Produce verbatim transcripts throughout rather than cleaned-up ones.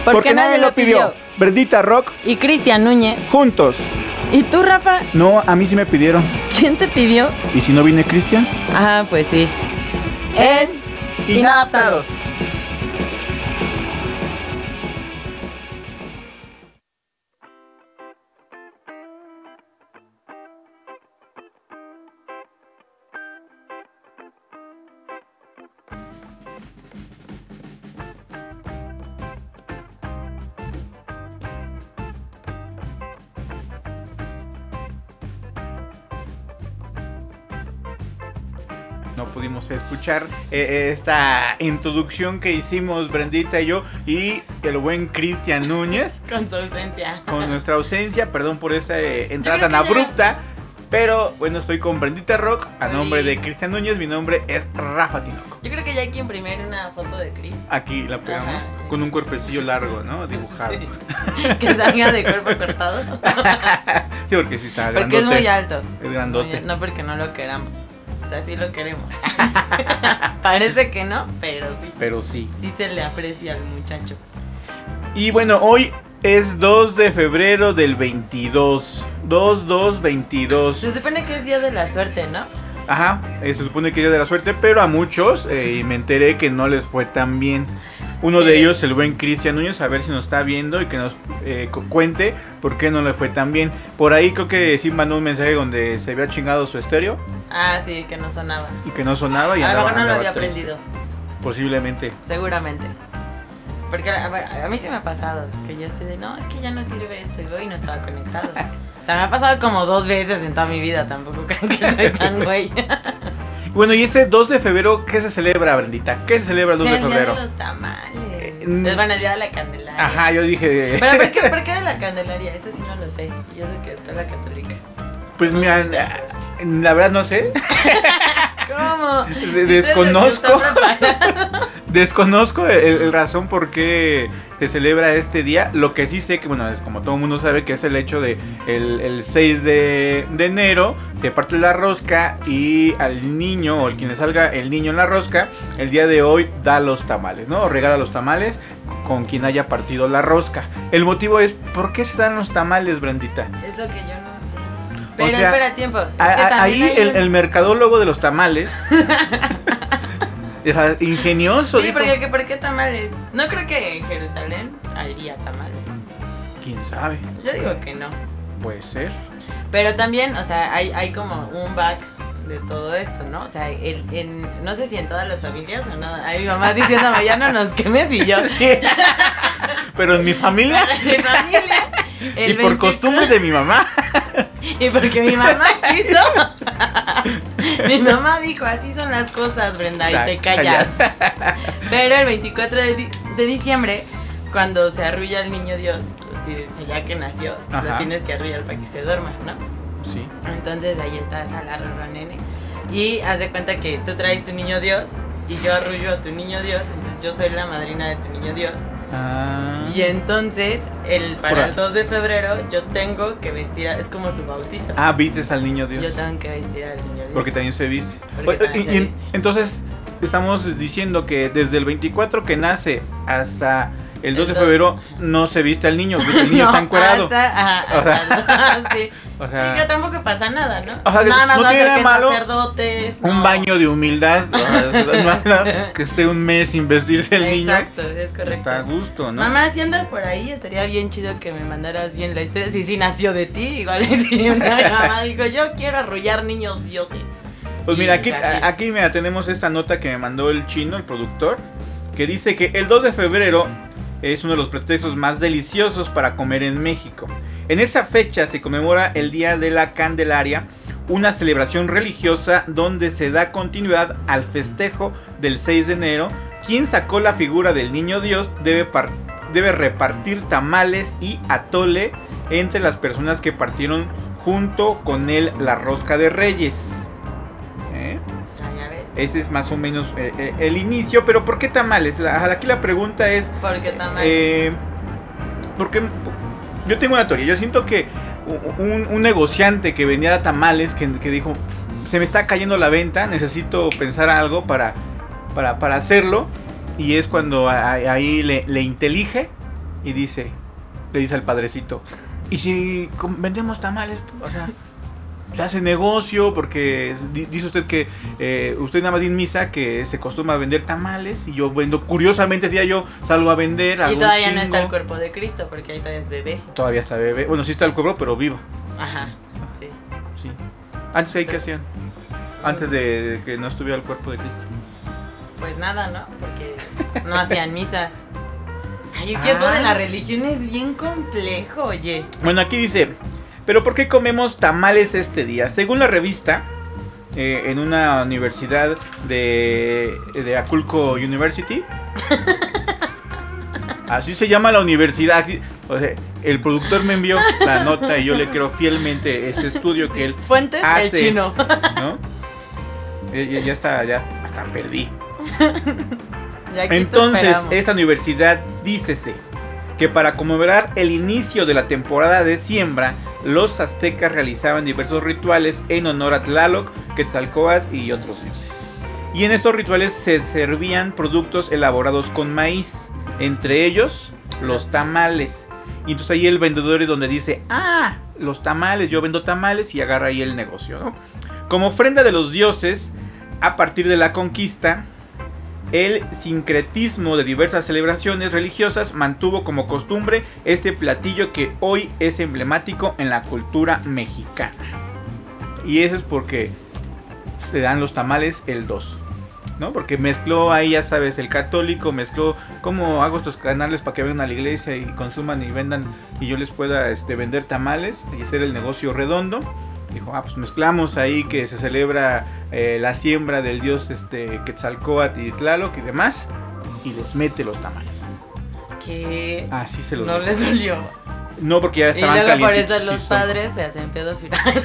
Porque, Porque nadie lo pidió. Brendita Rock y Cristian Núñez. Juntos. ¿Y tú, Rafa? No, a mí sí me pidieron. ¿Quién te pidió? ¿Y si no viene Cristian? Ah, pues sí. En Inadaptados. No pudimos escuchar eh, esta introducción que hicimos Brendita y yo y el buen Cristian Núñez. Con su ausencia. Con nuestra ausencia, perdón por esta eh, entrada tan abrupta. Ya... Pero bueno, estoy con Brendita Rock a nombre de Cristian Núñez. Mi nombre es Rafa Tinoco. Yo creo que ya hay que imprimir una foto de Cris. Aquí la pegamos. Ajá. Con un cuerpecillo largo, ¿no? Dibujado. Sí. Que salga de cuerpo cortado. Sí, porque sí está grandote. Porque es muy alto. Es grandote. Muy, no porque no lo queramos. O sea, sí lo queremos. Parece que no, pero sí. Pero sí. Sí se le aprecia al muchacho. Y bueno, hoy es dos de febrero del veintidós. dos dos veintidós. Se supone que es día de la suerte, ¿no? Ajá, eh, se supone que es día de la suerte, pero a muchos eh, me enteré que no les fue tan bien. Uno sí. de ellos, el buen Cristian Núñez, a ver si nos está viendo y que nos eh, cuente por qué no le fue tan bien. Por ahí creo que sí mandó un mensaje donde se había chingado su estéreo. Ah, sí, que no sonaba. Y que no sonaba y a andaba, lo mejor no lo había triste. aprendido. Posiblemente. Seguramente. Porque a, a mí sí me ha pasado que yo estoy de, no, es que ya no sirve esto y voy y no estaba conectado. O sea, me ha pasado como dos veces en toda mi vida, tampoco creo que soy tan güey. Bueno, y este dos de febrero, ¿qué se celebra, Brendita? ¿Qué se celebra el dos sí, de febrero? El día de los tamales. Eh, es bueno, el día de la Candelaria. Ajá, yo dije... Pero ¿por qué, ¿por qué de la Candelaria? Eso sí no lo sé. Y eso que es escuela católica. Pues mira, la verdad no sé. ¿Cómo? De- desconozco. Desconozco el, el razón por qué se celebra este día. Lo que sí sé que, bueno, es como todo el mundo sabe, que es el hecho de el, el seis de, de enero se parte la rosca y al niño, o el quien le salga el niño en la rosca, el día de hoy da los tamales, ¿no? O regala los tamales con quien haya partido la rosca. El motivo es, ¿por qué se dan los tamales, Brendita? Es lo que yo no sé. Pero O sea, espera tiempo. Es a, que a, ahí el, un... el mercadólogo de los tamales... Ingenioso. Sí, dijo. porque ¿por qué tamales? No creo que en Jerusalén habría tamales. ¿Quién sabe? Yo digo que no. Puede ser. Pero también, o sea, hay, hay como un back de todo esto, ¿no? O sea, el, en, no sé si en todas las familias o nada. Ay, mi mamá diciéndome, ya no nos quemes y yo. Sí. Pero en mi familia. En mi familia. Y por veinticuatro costumbre de mi mamá. Y porque mi mamá quiso. Mi mamá dijo, así son las cosas, Brenda, y te callas. Pero el veinticuatro de, di- de diciembre, cuando se arrulla el niño Dios, si, si ya que nació, Ajá. lo tienes que arrullar para que se duerma, ¿no? Sí. Entonces ahí estás a la rorro, nene. Y haz de cuenta que tú traes tu niño Dios y yo arrullo a tu niño Dios, entonces yo soy la madrina de tu niño Dios. Ah. Y entonces, el, para Pura. el dos de febrero, yo tengo que vestir, a, es como su bautizo. Ah, vistes al niño Dios. Yo tengo que vestir al niño Dios. Porque también se viste. Porque Oye, también y- se y- viste. Entonces, estamos diciendo que desde el veinticuatro que nace hasta el dos El de dos. febrero no se viste al niño, porque el niño No, está encuerado. hasta- ajá, O sea, hasta- sí. o sea- Sí, que tampoco pasa nada, ¿no? O sea, nada más no no tiene acerquen malo sacerdotes. Un no. baño de humildad. O sea, no es nada que esté un mes sin vestirse el niño. Exacto, es correcto. Está a gusto, ¿no? Mamá, si andas por ahí, estaría bien chido que me mandaras bien la historia. Si sí nació de ti, igual si mi mamá dijo, yo quiero arrullar niños dioses. Pues Y, mira, aquí, o sea, sí. aquí mira, tenemos esta nota que me mandó el chino, el productor, que dice que el dos de febrero es uno de los pretextos más deliciosos para comer en México. En esa fecha se conmemora el Día de la Candelaria, una celebración religiosa donde se da continuidad al festejo del seis de enero. Quien sacó la figura del niño Dios debe, par- debe repartir tamales y atole entre las personas que partieron junto con él la rosca de Reyes. ¿Eh? Ah, ya ves. Ese es más o menos eh, eh, el inicio, pero ¿por qué tamales? La, aquí la pregunta es... Porque tamales. Eh, porque yo tengo una teoría, yo siento que un, un negociante que vendía tamales, que, que dijo, se me está cayendo la venta, necesito pensar algo para, para, para hacerlo, y es cuando a, a, ahí le, le intelige, y dice, le dice al padrecito, ¿y si vendemos tamales? O sea, se hace negocio porque dice usted que eh, usted nada más dice en misa que se acostumbra a vender tamales y yo vendo, curiosamente ese día yo salgo a vender. Y todavía no está el cuerpo de Cristo porque ahí todavía es bebé. Todavía está bebé, bueno sí está el cuerpo pero vivo. Ajá, sí. Sí. Antes ahí, ¿qué hacían? Antes de, de que no estuviera el cuerpo de Cristo. Pues nada, ¿no? Porque no hacían misas. Ay, es que ah. esto de la religión es bien complejo, oye. Bueno, aquí dice, ¿pero por qué comemos tamales este día? Según la revista, eh, en una universidad de, de Aculco University, así se llama la universidad. O sea, el productor me envió la nota y yo le creo fielmente ese estudio que él Fuentes, hace, el chino. ¿no? Ya, ya está, ya hasta perdí. Ya Entonces, esta universidad dícese que para conmemorar el inicio de la temporada de siembra, los aztecas realizaban diversos rituales en honor a Tlaloc, Quetzalcóatl y otros dioses. Y en esos rituales se servían productos elaborados con maíz, entre ellos los tamales. Y entonces ahí el vendedor es donde dice, ah, los tamales, yo vendo tamales y agarra ahí el negocio, ¿no? Como ofrenda de los dioses, a partir de la conquista, el sincretismo de diversas celebraciones religiosas mantuvo como costumbre este platillo que hoy es emblemático en la cultura mexicana. Y eso es porque se dan los tamales el dos, ¿no? Porque mezcló ahí, ya sabes, el católico mezcló cómo hago estos canales para que vengan a la iglesia y consuman y vendan y yo les pueda este, vender tamales y hacer el negocio redondo. Dijo, ah, pues mezclamos ahí que se celebra eh, la siembra del dios este, Quetzalcóatl y Tlaloc y demás, y les mete los tamales. Que así se los no dio. les dolió. No, porque ya estaban calientitos. Y luego por calientitos, eso los sí, padres son... se hacen pedófilos.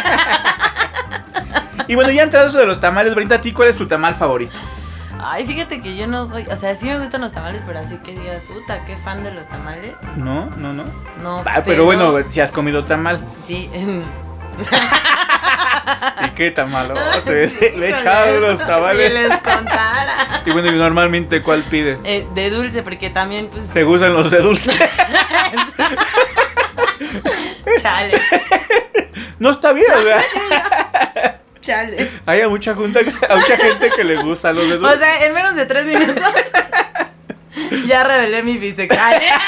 Y bueno, ya entrado eso de los tamales, Brenda, ¿a ti cuál es tu tamal favorito? Ay, fíjate que yo no soy, o sea, sí me gustan los tamales, pero así que digas, puta, qué fan de los tamales. No, no, no. No, ah, pero, pero bueno, si has comido tamal. Sí. ¿Y qué tamalote? Sí, le he echado los tamales. Si les contara. Y bueno, ¿y normalmente cuál pides? Eh, de dulce, porque también, pues. ¿Te gustan los de dulce? Chale. No está bien, ¿verdad? Chale. Hay a mucha, junta, a mucha gente que le gusta los de dulce. O sea, en menos de tres minutos ya revelé mi bisexualidad.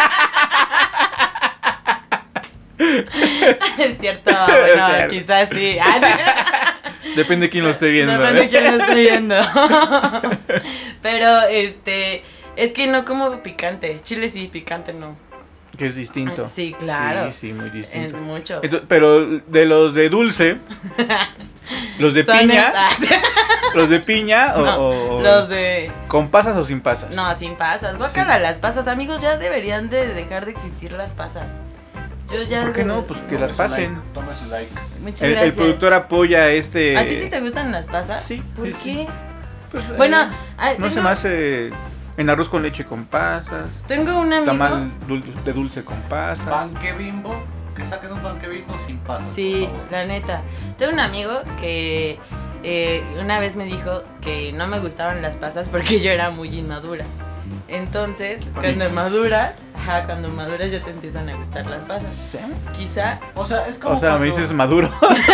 Es cierto, bueno, cierto. quizás sí. Depende de quién lo esté viendo. Depende de ¿eh? quién lo esté viendo. Pero, este, es que no como picante. Chile sí, picante no. Que es distinto. Sí, claro. Sí, sí, muy distinto. Es mucho. Entonces, pero de los de dulce, los de Son piña, estas. los de piña o, No, o- o- los de... ¿con pasas o sin pasas? No, sin pasas. Guácala, las pasas. Amigos, ya deberían de dejar de existir las pasas. Yo ya... ¿Por qué no? Pues que las pasen. Toma ese like. Muchas El, el gracias. productor apoya este. ¿A ti sí te gustan las pasas? Sí, ¿Por sí, qué? sí. Pues, Bueno, eh, ah, no tengo, se me hace en arroz con leche con pasas, tengo un amigo... tamal dul- de dulce con pasas. Panque Bimbo. Que saquen un panque Bimbo sin pasas. Sí, por favor. la neta. Tengo un amigo que eh, una vez me dijo que no me gustaban las pasas porque yo era muy inmadura. Entonces, cuando maduras, ajá, cuando maduras ya te empiezan a gustar las pasas. ¿Sí? Quizá. O sea, es como. O sea, cuando... me dices maduro.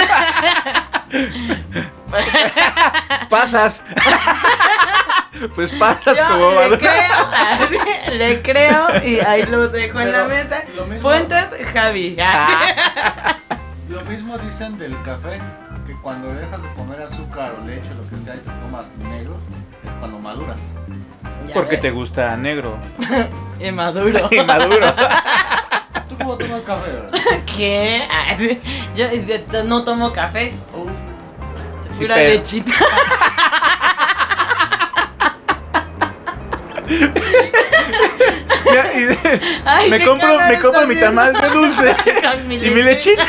Pasas. Pues pasas Yo como le maduro. creo, así, le creo y ahí lo dejo en la Pero mesa. lo mismo- Fuentes, Javi. Lo mismo dicen del café. Que cuando dejas de poner azúcar o leche o lo que sea y te tomas negro, es cuando maduras. Ya Porque ves. te gusta negro. Y maduro. Y maduro. ¿Tú cómo tomas café, verdad? ¿Qué? Ah, sí. Yo eh, no tomo café. Uh, Sí, Pura pero- lechita. Ya, y- Ay, me qué compro, cara me estás compro mi viendo. tamal de dulce. Con mi Y mi lechita.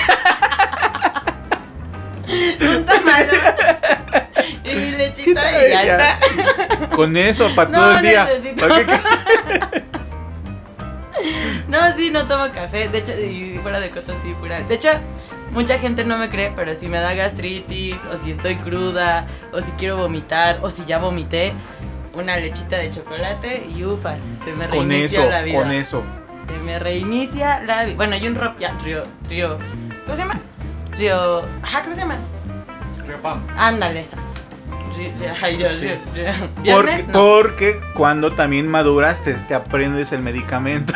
Un tamal. Y mi lechita Chita, y ya, ya. está. Con eso para No todo el día. necesito. ¿Para qué qué? No, sí, no tomo café. De hecho, y fuera de coto, sí, pura. De hecho, mucha gente no me cree, pero si me da gastritis, o si estoy cruda, o si quiero vomitar, o si ya vomité, una lechita de chocolate y ufas, se me Con reinicia eso, la vida. con eso. Se me reinicia la vida. Bueno, hay un rock ya, Río, Río, ¿cómo se llama? Río, ajá, ¿cómo se llama? Río Pam. Ándale, esas. Río, Río, ay, yo, Sí. Río, Río. Porque, Viernes, no. porque cuando también maduras te, te aprendes el medicamento.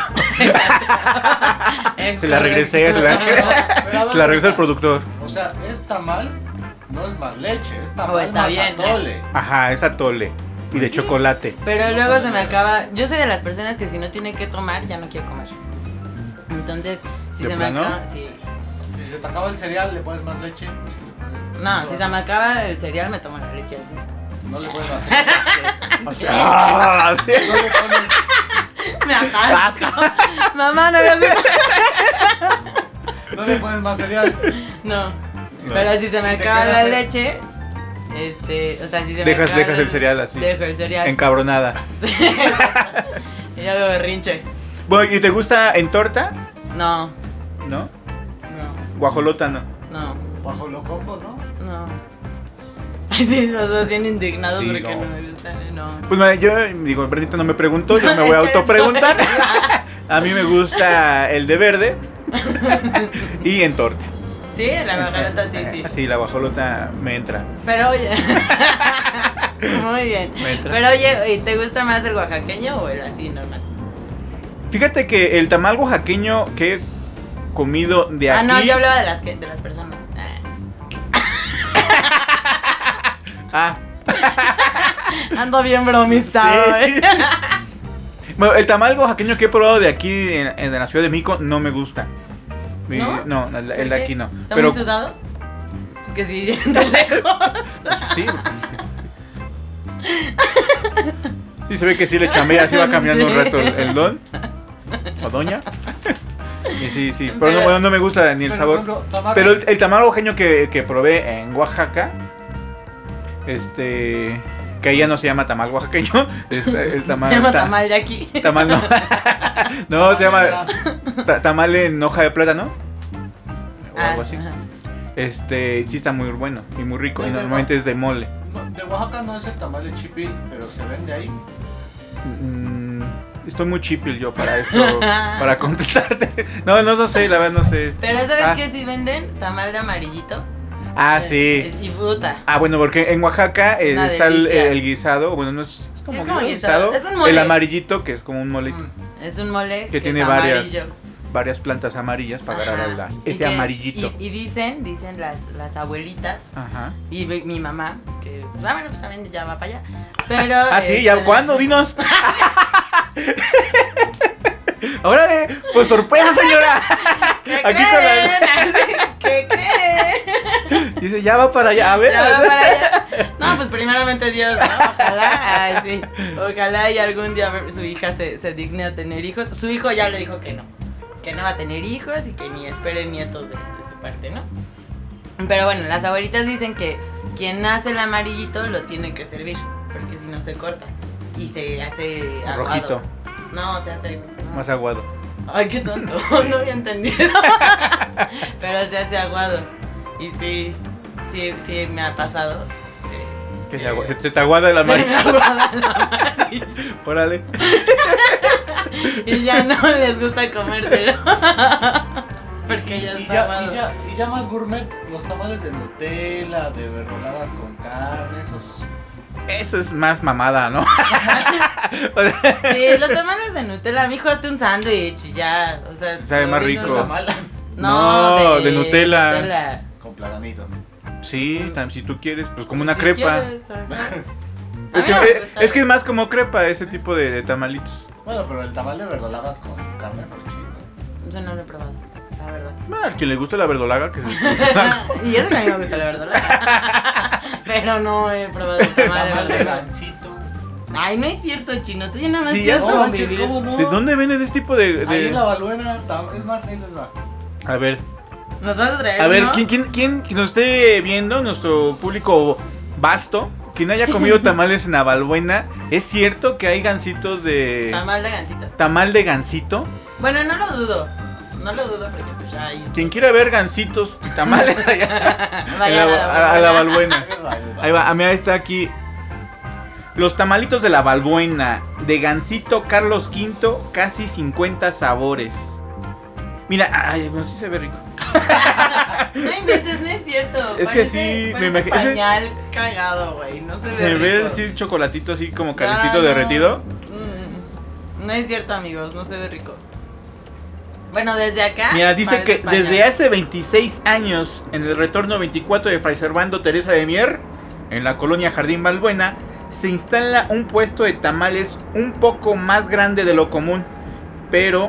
Es Se la regresé, se la, Pero, a ver, se la regresa el productor. O sea, es tamal, no es más leche, es tamal Oh, está más bien. atole. Ajá, es atole. Y de Sí. chocolate. Pero luego se me acaba. Yo soy de las personas que si no tiene que tomar, ya no quiero comer. Entonces, si ¿De se plano? me acaba. Sí. Si se te acaba el cereal, le pones más leche. Si le pones- No, si se me acaba el cereal, me tomo la leche así. No le pones más leche. Ah, sí. No le pones, Me atasco. Mamá, no veas eso. no le pones más cereal. No. No. Pero si se me Si te acaba quedas la el- leche, este, o sea, si se me Dejas, acaba dejas la- el cereal así. Dejo el cereal. Encabronada. Y ya hago berrinche. Bueno, ¿y te gusta en torta? No, ¿No? no, Guajolota no. no, Bajo lo combo, ¿no? no. Ay, sí, los dos bien indignados Sí, porque no. no. me gustan, ¿eh? No. Pues mira, yo digo, Bernito no me preguntó, yo me voy a Es que autopreguntar. eso- A mí me gusta el de verde y en torta. Sí, la guajolota a ti sí. Sí, la guajolota me entra. Pero oye. Muy bien. Me entra. Pero oye, ¿y ¿te gusta más el oaxaqueño o el así normal? Fíjate que el tamal oaxaqueño que he comido de aquí. Ah, no, yo hablaba de las que, de las personas. Ah, Ando bien bromista, sí, sí. Bueno, el tamal oaxaqueño que he probado de aquí en, en la Ciudad de México no me gusta. Mi- ¿No? No, el, el de aquí no. ¿Está Pero muy sudado? Es que sí, bien de lejos. sí, sí. Sí, se ve que sí le chambea, así va caminando un rato el, el don o doña. Y sí, sí, pero, Pero- no, bueno, no me gusta ni el Pero, sabor. por ejemplo, tamal- Pero el, el tamal oaxaqueño que, que probé en Oaxaca, este, que ahí ya no se llama tamal oaxaqueño, es el tamal. Se llama ta- tamal de aquí. Tamal no. No, se llama ta- tamal en hoja de plátano. O Ah, algo así. ajá. Este, sí está muy bueno y muy rico. Y Oye, normalmente es de mole. No, de Oaxaca no es el tamal de chipil, pero se vende ahí. Mm, estoy muy chipil yo para esto, para contestarte. No, no, no sé, la verdad no sé. Pero ¿sabes Ah. qué? Si venden tamal de amarillito. Ah, Eh, sí. es- Y fruta. Ah, bueno, porque en Oaxaca Es eh, una está el, delicia. el guisado, bueno, no es, Sí, es como guisado. Es un mole. El amarillito, que es como un mole, Mm. Es un mole que que, tiene es varias, amarillo. varias plantas amarillas para agarrar Ajá. las, Y ese que- amarillito. Y, y dicen, dicen las, las abuelitas Ajá. y ve- mi mamá, que, ah, bueno, pues también ya va para allá. Pero. Ah, sí, ¿ya este, cuándo? Dinos. Órale, pues sorpresa, señora. ¿Qué Aquí con la- creen? ¿Qué creen? Dice, ya va para allá. A ver. Ya va para allá. No, pues primeramente Dios, ¿no? Ojalá, ay, sí. Ojalá y algún día su hija se, se digne a tener hijos. Su hijo ya le dijo que no. Que no va a tener hijos y que ni esperen nietos de, de su parte, ¿no? Pero bueno, las abuelitas dicen que quien hace el amarillito lo tiene que servir. Porque si no se corta. Y se hace aguado. Rojito. No, se hace. no. Más aguado. Ay, qué tonto, no había entendido. Pero se hace aguado. Y sí, sí, sí me ha pasado. eh, Que se, eh, agua- se te aguada el se me amarillito. aguada el amarillo. Órale. Y ya no les gusta comérselo. Porque ya Y está ya, aguado. y, ya, y ya más gourmet, los tamales de Nutella, de verdolagas con carne, esos. Eso es más mamada, ¿no? Sí, los tamales de Nutella. Mijo, hazte un sándwich y ya. O sea, Sabe más todo rico. bien, Tamal No, de Nutella. con platanito. Sí, tam- si tú quieres, pues como una Si crepa. quieres, ajá. A Es mí que, no me es- gusta. es que es más como crepa ese tipo de, de tamalitos. Bueno, pero el tamal de verdolagas con carne sabe chido. Yo no lo he probado, la verdad. Ah, al que le gusta la verdolaga, que se... Y eso que a mí me gusta la verdad. Pero no he probado el tamal de Tamal de verdad. gansito. Ay, no es cierto, Chino. Tú ya nada más Sí, quieres ya No, estás- es que convivir. ¿cómo no? ¿De dónde venden este tipo de...? de- Ahí en la Baluena, tam- es más, ahí les va. A ver, ¿Nos vas a traer a ver, uno? ¿quién, quién, quién quien nos esté viendo, nuestro público vasto, quien haya comido tamales en Navalbuena, ¿es cierto que hay gansitos de... Tamal de gansito. tamal de gansito? Bueno, no lo dudo. No lo dudo porque pues ya hay... Quien quiera ver gansitos y tamales allá, Vayan en a la- la a, a la Baluena. Valbuena. Ahí va, a mí ahí está aquí. Los tamalitos de la Balbuena, de Gansito Carlos Quinto, casi cincuenta sabores. Mira, ay, no sé si se ve rico. No inventes, no es cierto. Es parece, que sí, parece me imagino. pañal cagado, güey. No se ve Se rico. ve así el chocolatito así como calentito Ah, no. derretido. Mm, no es cierto, amigos, no se ve rico. Bueno, desde acá. Mira, dice parece que pañal. desde hace veintiséis años, en el retorno veinticuatro de Fray Servando Teresa de Mier, en la colonia Jardín Balbuena, se instala un puesto de tamales un poco más grande de lo común, pero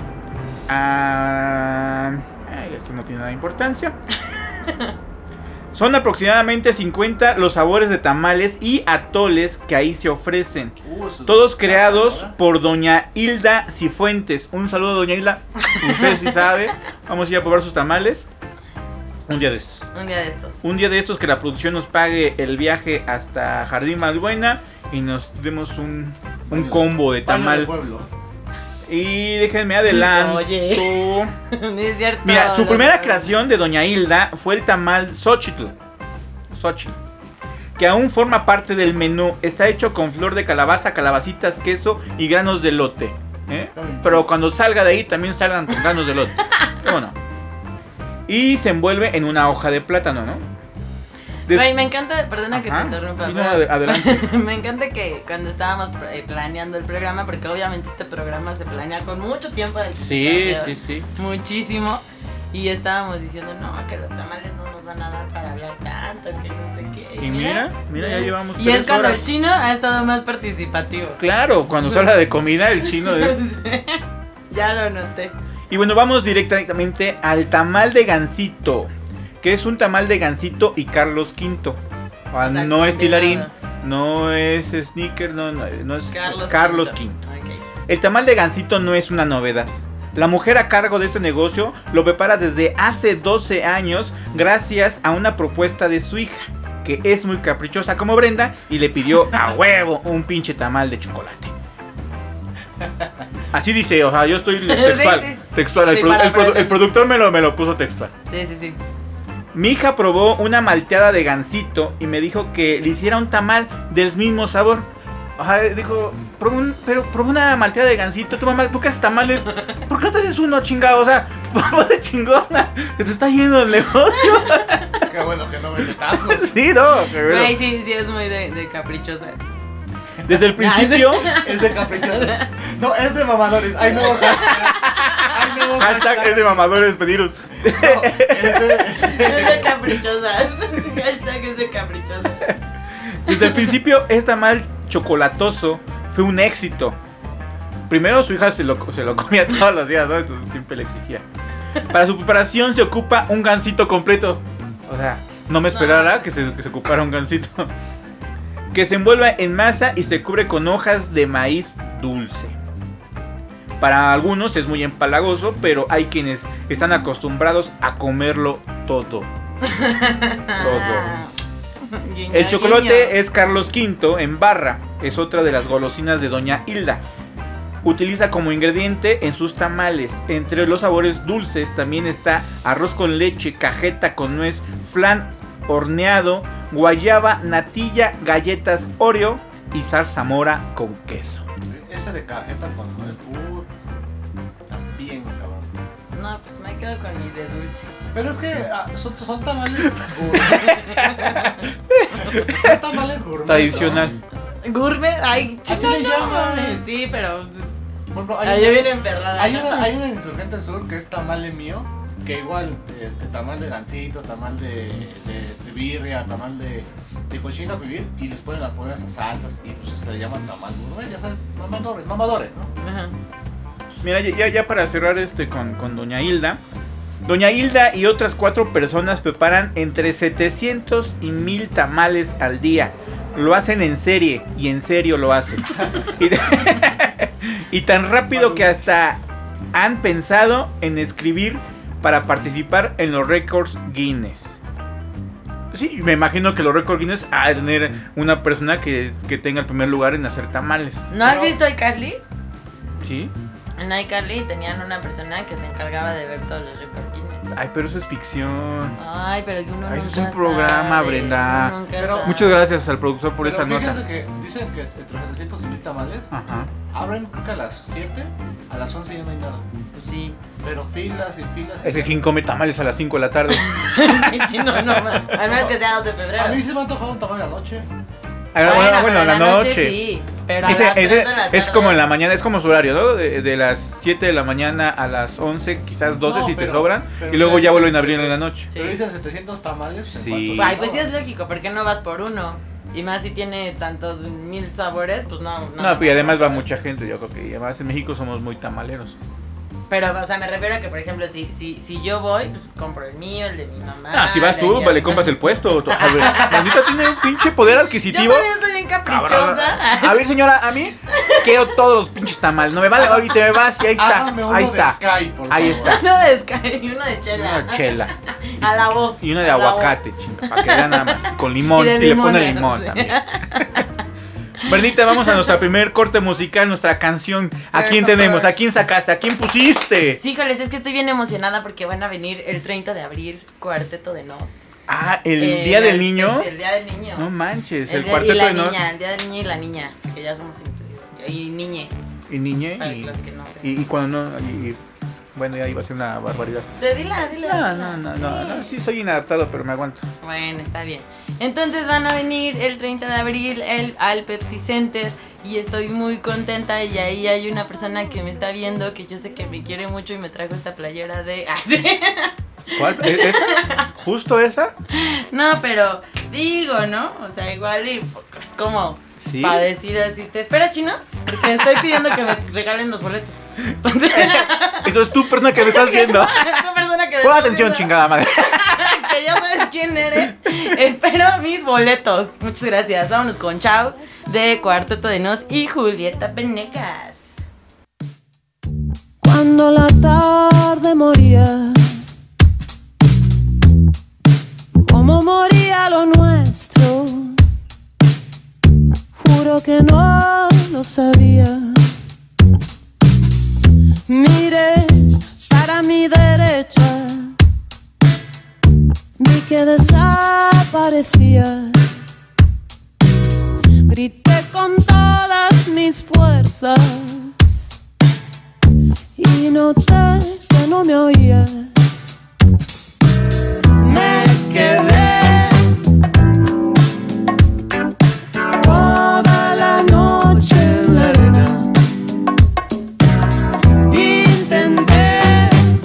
ah, ay, esto no tiene nada de importancia. Son aproximadamente cincuenta los sabores de tamales y atoles que ahí se ofrecen. Uh, eso- Todos creados ¿verdad? por doña Hilda Cifuentes. Un saludo, doña Hilda. Usted sí sabe. Vamos a ir a probar sus tamales. Un día de estos. Un día de estos. Un día de estos que la producción nos pague el viaje hasta Jardín Balbuena y nos demos un, un Baño- combo de baño tamal. de pueblo. Y déjenme adelanto. Oye. No es cierto. Mira, su no primera sabes. creación de doña Hilda fue el tamal Xochitl. Xochitl. Que aún forma parte del menú. Está hecho con flor de calabaza, calabacitas, queso y granos de elote. ¿eh? Pero cuando salga de ahí también salgan con granos de elote. ¿Cómo no? Y se envuelve en una hoja de plátano, ¿no? Des- Güey, me encanta, perdona que te Ajá. interrumpa. Sí, no, pero- ade- adelante. Me encanta que cuando estábamos eh, planeando el programa, porque obviamente este programa se planea con mucho tiempo de Sí, anticipación, sí, sí. muchísimo, y estábamos diciendo, no, que los tamales no nos van a dar para hablar tanto, que no sé qué. Y mira, mira, ya llevamos Y es tres cuando horas. el chino ha estado más participativo. Claro, cuando se habla de comida, el chino es... Ya lo noté. Y bueno, vamos directamente al tamal de Gansito, que es un tamal de Gansito y Carlos Quinto. Ah, O sea, no es Tilarín, combinado. no es Sneaker, no, no, no es Carlos, Quinto. Ok. El tamal de Gansito no es una novedad. La mujer a cargo de este negocio lo prepara desde hace doce años gracias a una propuesta de su hija, que es muy caprichosa como Brenda y le pidió a huevo un pinche tamal de chocolate. Así dice, o sea, yo estoy textual, Sí, sí. textual, el, Sí, produ- para el produ- present- el productor me lo, me lo puso textual. Sí, sí, sí. Mi hija probó una malteada de Gansito y me dijo que le hiciera un tamal del mismo sabor. Ajá, dijo, probó un- pero probó una malteada de Gansito, tu mamá, ¿tú qué haces tamales? ¿Por qué no te haces uno, chingado? O sea, de chingona, se te está yendo el negocio. Qué bueno que no vende tacos. Sí, no, qué bueno. Güey, sí, sí, es muy de, de caprichosa. Sí. Desde el principio, Es de caprichoso. No, es de mamadores. Ay, no, hashtag. Ay, no, hashtag es de mamadores pediron. No, es de... Es de caprichosas. Hashtag es de caprichosas. Desde el principio, este tamal chocolatoso fue un éxito. Primero su hija se lo, se lo comía todos los días, ¿no? Entonces siempre le exigía. Para su preparación se ocupa un gansito completo. O sea, no me esperara que se, que se ocupara un gansito. Que se envuelva en masa y se cubre con hojas de maíz dulce. Para algunos es muy empalagoso, pero hay quienes están acostumbrados a comerlo todo. Todo. Guiño, El chocolate guiño. es Carlos Quinto en barra. Es otra de las golosinas de doña Hilda. Utiliza como ingrediente en sus tamales. Entre los sabores dulces también está arroz con leche, cajeta con nuez, flan horneado, guayaba, natilla, galletas Oreo y zarzamora con queso. Ese de cajeta con nuez. Uh, también, cabrón. No, pues me quedo con mi de dulce. Pero es que ah, son, son tamales gourmet. Son tamales gourmet. Tradicional. Gourmet, ay, Así chico, le no llaman. mames. Sí, pero. Por ejemplo, Ay, hay, yo viene emperrada. hay, ¿no? una, hay una en Insurgente Sur que es tamale mío. Que igual, este, tamal de gansito, tamal de, de, de birria, tamal de, de cochino pibil. Y les ponen, las ponen esas salsas y pues se le llaman tamal gourmet. Ya sabes, mamadores, mamadores, ¿no? Ajá. Mira, ya, ya para cerrar este con, con doña Hilda. Doña Hilda y otras cuatro personas preparan entre setecientos y mil tamales al día. Lo hacen en serie y en serio lo hacen. Y, y tan rápido que hasta han pensado en escribir para participar en los récords Guinness. Sí, me imagino que los récords Guinness ha de tener una persona que, que tenga el primer lugar en hacer tamales. ¿No has visto iCarly? ¿Sí? En iCarly tenían una persona que se encargaba de ver todos los récords Guinness. Ay, pero eso es ficción. Ay, pero que uno Ay, nunca ese es un programa, sabe, Brenda. uno nunca Pero- sabe. Muchas gracias al productor por Pero esa fíjate nota. que dicen que entre setecientos y mil tamales Ajá. abren creo que a las siete, a las once ya no hay nada. Pues sí. Pero filas y filas. Es que ¿quién come tamales a las cinco de la tarde? Chino, no, man. Al menos que sea dos de febrero. A mí se me ha antojado un tamal en la noche. Ah, bueno, bueno, pero en la noche. Sí, pero a Ese- las ese tres de la es tarde. como en la mañana, es como su horario, ¿no? De, de las siete de la mañana a las once, quizás doce No, si te pero- sobran. pero Y luego o sea, ya vuelven sí, a abrir sí, en la noche. Sí. Pero dicen setecientos tamales. en Sí. cuanto- Ay, pues sí es lógico, ¿por qué no vas por uno? Y más si tiene tantos mil sabores, pues no. No, No, pues y además va no, mucha gente, yo creo que y además en México somos muy tamaleros. Pero, o sea, me refiero a que, por ejemplo, si, si, si yo voy, pues compro el mío, el de mi mamá. Ah, si vas el de tú, mi vale, hermana. compras el puesto. A ver, Manita tiene un pinche poder Yo adquisitivo. también soy bien Cabrón. caprichosa. A ver, señora, a mí quiero todos los pinches tamales. No me vale, ahorita te me vas y ahí está. Hágame uno Ahí de está. Sky, por Ahí favor. está. Uno de Sky y uno de chela. Una chela. A la voz. Y una de a la aguacate, chinga, para que vean nada más. Con limón. Y Y, de le pone limones, limón sí. también. Bernita, vamos a nuestra primer corte musical, nuestra canción. ¿A quién tenemos? ¿A quién sacaste? ¿A quién pusiste? Sí, híjoles, es que estoy bien emocionada porque van a venir el treinta de abril, Cuarteto de Nos. Ah, el Eh, Día del el- Niño. sí, el Día del Niño. No manches, el, el día- cuarteto y la de Nos. niña, el Día del Niño y la niña, que ya somos inclusivos. Y niñe, Y niñe. para Y, los que no sé. y, y cuando no. Y, y- bueno, ya iba a ser una barbaridad. De- Dila, dila. No, no, no, Sí. no, no, sí soy inadaptado, pero me aguanto. Bueno, está bien. Entonces van a venir el treinta de abril el, al Pepsi Center y estoy muy contenta y ahí hay una persona que me está viendo que yo sé que me quiere mucho y me trajo esta playera de... Ah, sí. ¿Cuál? ¿E- ¿Esa? ¿Justo esa? No, pero digo, ¿no? O sea, igual y es como Sí. para decir así, ¿te esperas, Chino? Porque estoy pidiendo que me regalen los boletos. Entonces, Entonces tú, persona que me estás viendo. esta persona que me Pon está atención, viendo, chingada madre. que ya sabes quién eres. Espero mis boletos. Muchas gracias. Vámonos con Chao de Cuarteto de Nos y Julieta Venegas. Cuando la tarde moría, como moría lo nuestro, juro que no lo sabía. Miré para mi derecha, vi que desaparecías. Grité con todas mis fuerzas y noté que no me oías. Me quedé toda la noche en la arena. Intenté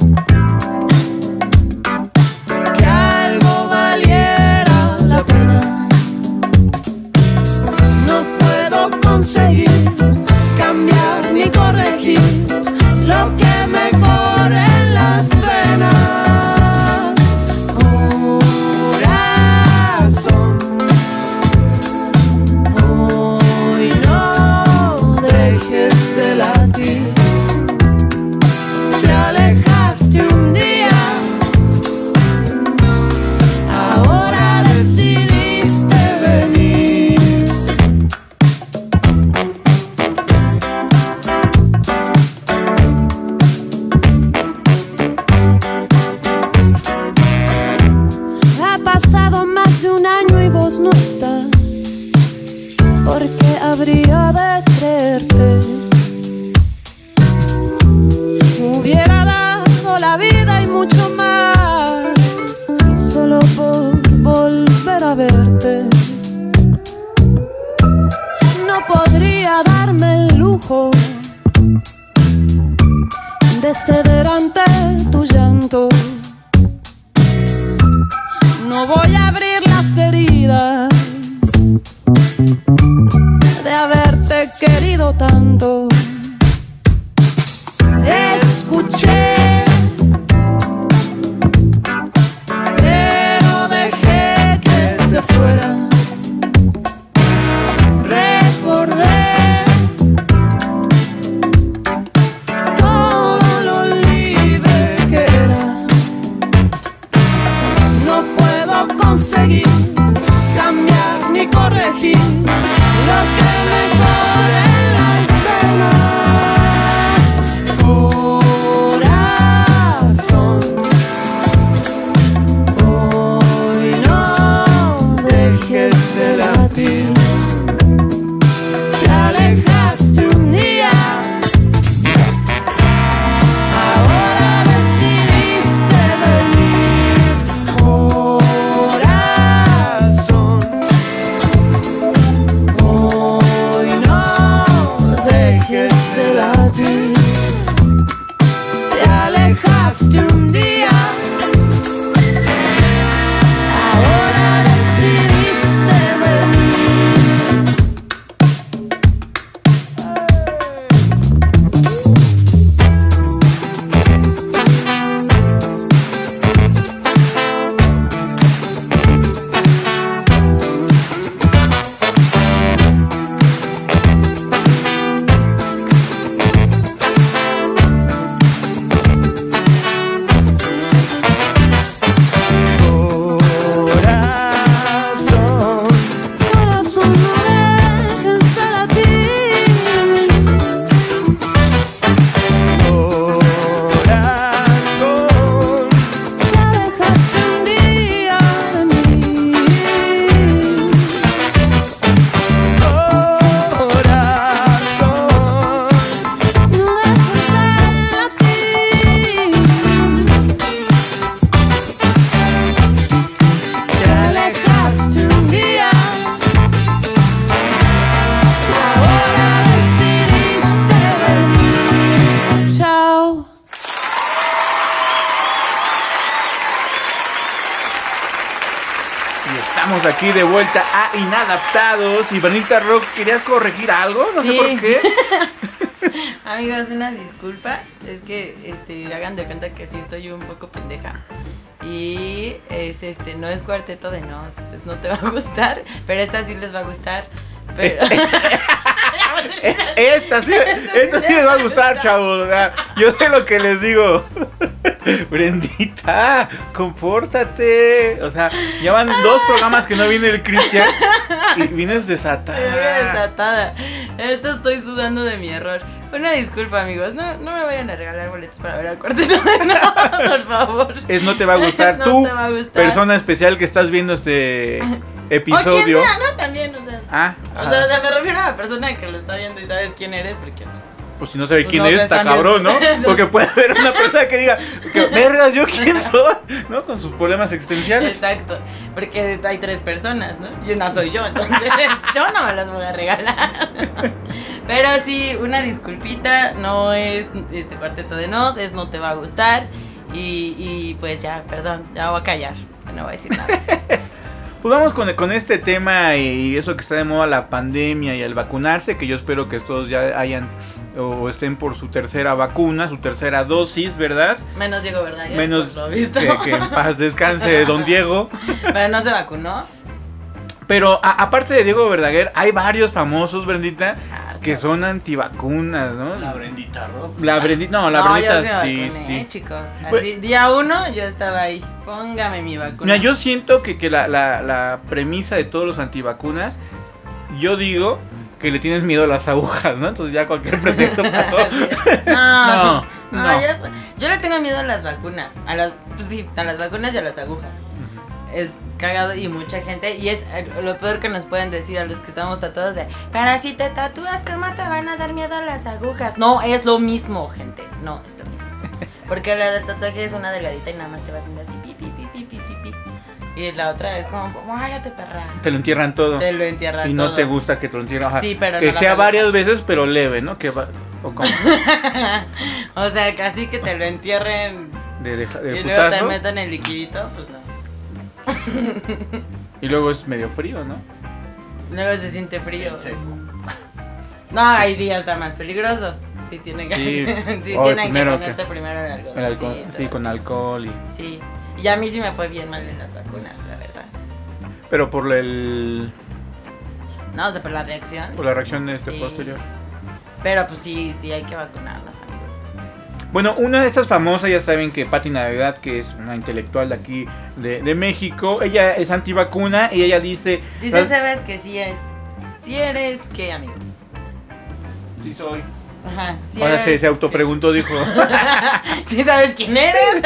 que algo valiera la pena. No puedo conseguir cambiar ni corregir lo que me corre en las venas. Corazón, hoy no dejes de latir. Te alejaste un día, ahora decidiste venir. Ha pasado más de un año y vos no estás. ¿Por qué habría de creerte? Hubiera dado la vida y mucho más solo por volver a verte. No podría darme el lujo de ceder ante tu llanto. No voy a abrir las heridas de haberte querido tanto. Escuché, pero dejé que se fuera. Recordé todo lo libre que era. No puedo conseguir cambiar ni corregir lo que me corre en las venas. Corazón. aquí de vuelta a Inadaptados. Y Vanita Rock, ¿querías corregir algo? No Sí. sé por qué. Amigos, una disculpa. Es que este, hagan de cuenta que sí estoy un poco pendeja. Y es este, no es Cuarteto de Nos, pues no te va a gustar, pero esta sí les va a gustar. Pero... Esta, Es- esta sí, esta sí les va a gustar, chavos. O sea, yo sé lo que les digo. Brendita, compórtate. O sea, ya van dos programas que no viene el Cristian y vienes desatada. desatada. Esto estoy sudando de mi error. Una disculpa, amigos. No, no me vayan a regalar boletos para ver al Cuarteto de Nos, por favor. Es no te va a gustar. No Tú, te va a gustar. persona especial que estás viendo este episodio. O quien sea, ¿no? También, o sea. Ah, O ah. sea, me refiero a la persona que lo está viendo y sabes quién eres, porque pues, Pues si no sabe Pues quién no es, sé, está también. cabrón, ¿no? Porque puede haber una persona que diga, que, vergas, ¿yo quién soy? ¿No? Con sus problemas existenciales. exacto, porque hay tres personas, ¿no? Y una soy yo, entonces yo no me las voy a regalar. Pero sí, una disculpita, no es este Cuarteto de Nos, es No Te Va a Gustar. Y, y pues ya, perdón, ya voy a callar, no voy a decir nada. Pues vamos con, con este tema y eso que está de moda, la pandemia y el vacunarse, que yo espero que todos ya hayan o estén por su tercera vacuna, su tercera dosis, ¿verdad? Menos Diego Verdaguer, Menos por lo visto. que, que en paz descanse don Diego. Pero no se vacunó. Pero a- aparte de Diego Verdaguer, hay varios famosos, Brendita, Hartos. que son antivacunas, ¿no? La Brendita Rock. La Brendita, no, la no, Brendita yo sí, me sí, vacuné, sí. chico. Así, Pues- día uno yo estaba ahí. Póngame mi vacuna. Mira, yo siento que, que la, la, la premisa de todos los antivacunas, yo digo que le tienes miedo a las agujas, ¿no? Entonces ya cualquier pretexto para todo. No, No, no, no. Yo, so- yo le tengo miedo a las vacunas. A las, pues sí, a las vacunas y a las agujas. Es cagado y mucha gente. Y es eh, lo peor que nos pueden decir a los que estamos tatuados de, pero si te tatúas, ¿cómo te van a dar miedo a las agujas? No, es lo mismo, gente. No, es lo mismo. Porque la del tatuaje es una delgadita y nada más te va haciendo así, pi, pi, pi, pi, pi, pi, pi. Y la otra es como, muérete, perra. Te lo entierran todo. Te lo entierran Y no todo. te gusta que te lo entierren. Ajá. Sí, pero que no las sea agujas. varias veces, pero leve, ¿no? Que va, o como O sea, casi que te lo entierren de, de, de y luego te putazo. metan el liquidito, pues no. Y luego es medio frío, ¿no? Luego se siente frío. Bien seco. No, ahí sí ya está más peligroso. Sí tienen que, Sí. sí O tienen que primero ponerte que- primero el algodón. El alcohol, sí, con alcohol y... Sí. Y a mí sí me fue bien mal en las vacunas, la verdad. Pero por el No, o sea, por la reacción. por la reacción de este Sí. posterior. Pero pues sí, sí hay que vacunarnos, amigos. Bueno, una de estas famosas, ya saben que Pati Navidad, que es una intelectual de aquí de, de México, ella es antivacuna y ella dice... Dice Sebas que sí es. Sí eres, ¿qué, amigo? Sí soy. Ajá. Sí Ahora eres, se, se autopreguntó, dijo. ¿Sí sabes quién eres?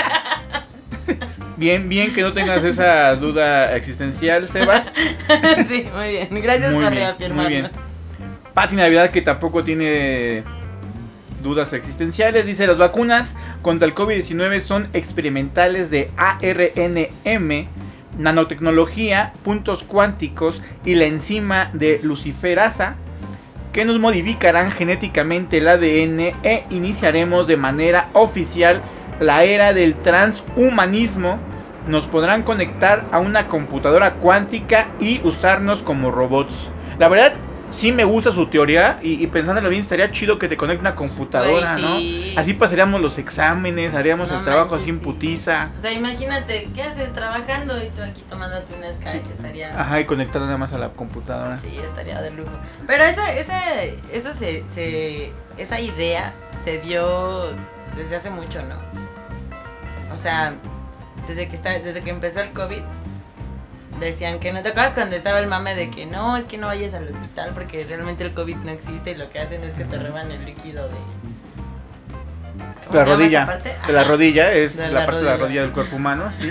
Bien, bien que no tengas esa duda existencial, Sebas. Sí, muy bien. Gracias Muy por bien, reafirmarnos. muy bien. Pati Navidad, que tampoco tiene dudas existenciales, dice: las vacunas contra el COVID diecinueve son experimentales de A R N M, nanotecnología, puntos cuánticos y la enzima de luciferasa, que nos modificarán genéticamente el A D N e iniciaremos de manera oficial la era del transhumanismo. Nos podrán conectar a una computadora cuántica y usarnos como robots. La verdad, sí me gusta su teoría y, y pensándolo bien, estaría chido que te conecte una computadora, Güey, sí. ¿no? Así pasaríamos los exámenes, haríamos No el trabajo manches, así en sí. putiza. O sea, imagínate, ¿qué haces trabajando y tú aquí tomándote una Skype? Estaría... Ajá, y conectado nada más a la computadora. Sí, estaría de lujo. Pero esa, esa, esa, se, se, esa idea se dio desde hace mucho, ¿no? O sea, desde que, está, desde que empezó el COVID, decían que no. ¿Te acuerdas cuando estaba el mame de que no, es que no vayas al hospital porque realmente el COVID no existe y lo que hacen es que te roban el líquido de... ¿Cómo La se llama rodilla, esa parte? de la Ajá. rodilla, es De la, la parte de la rodilla. rodilla del cuerpo humano, sí.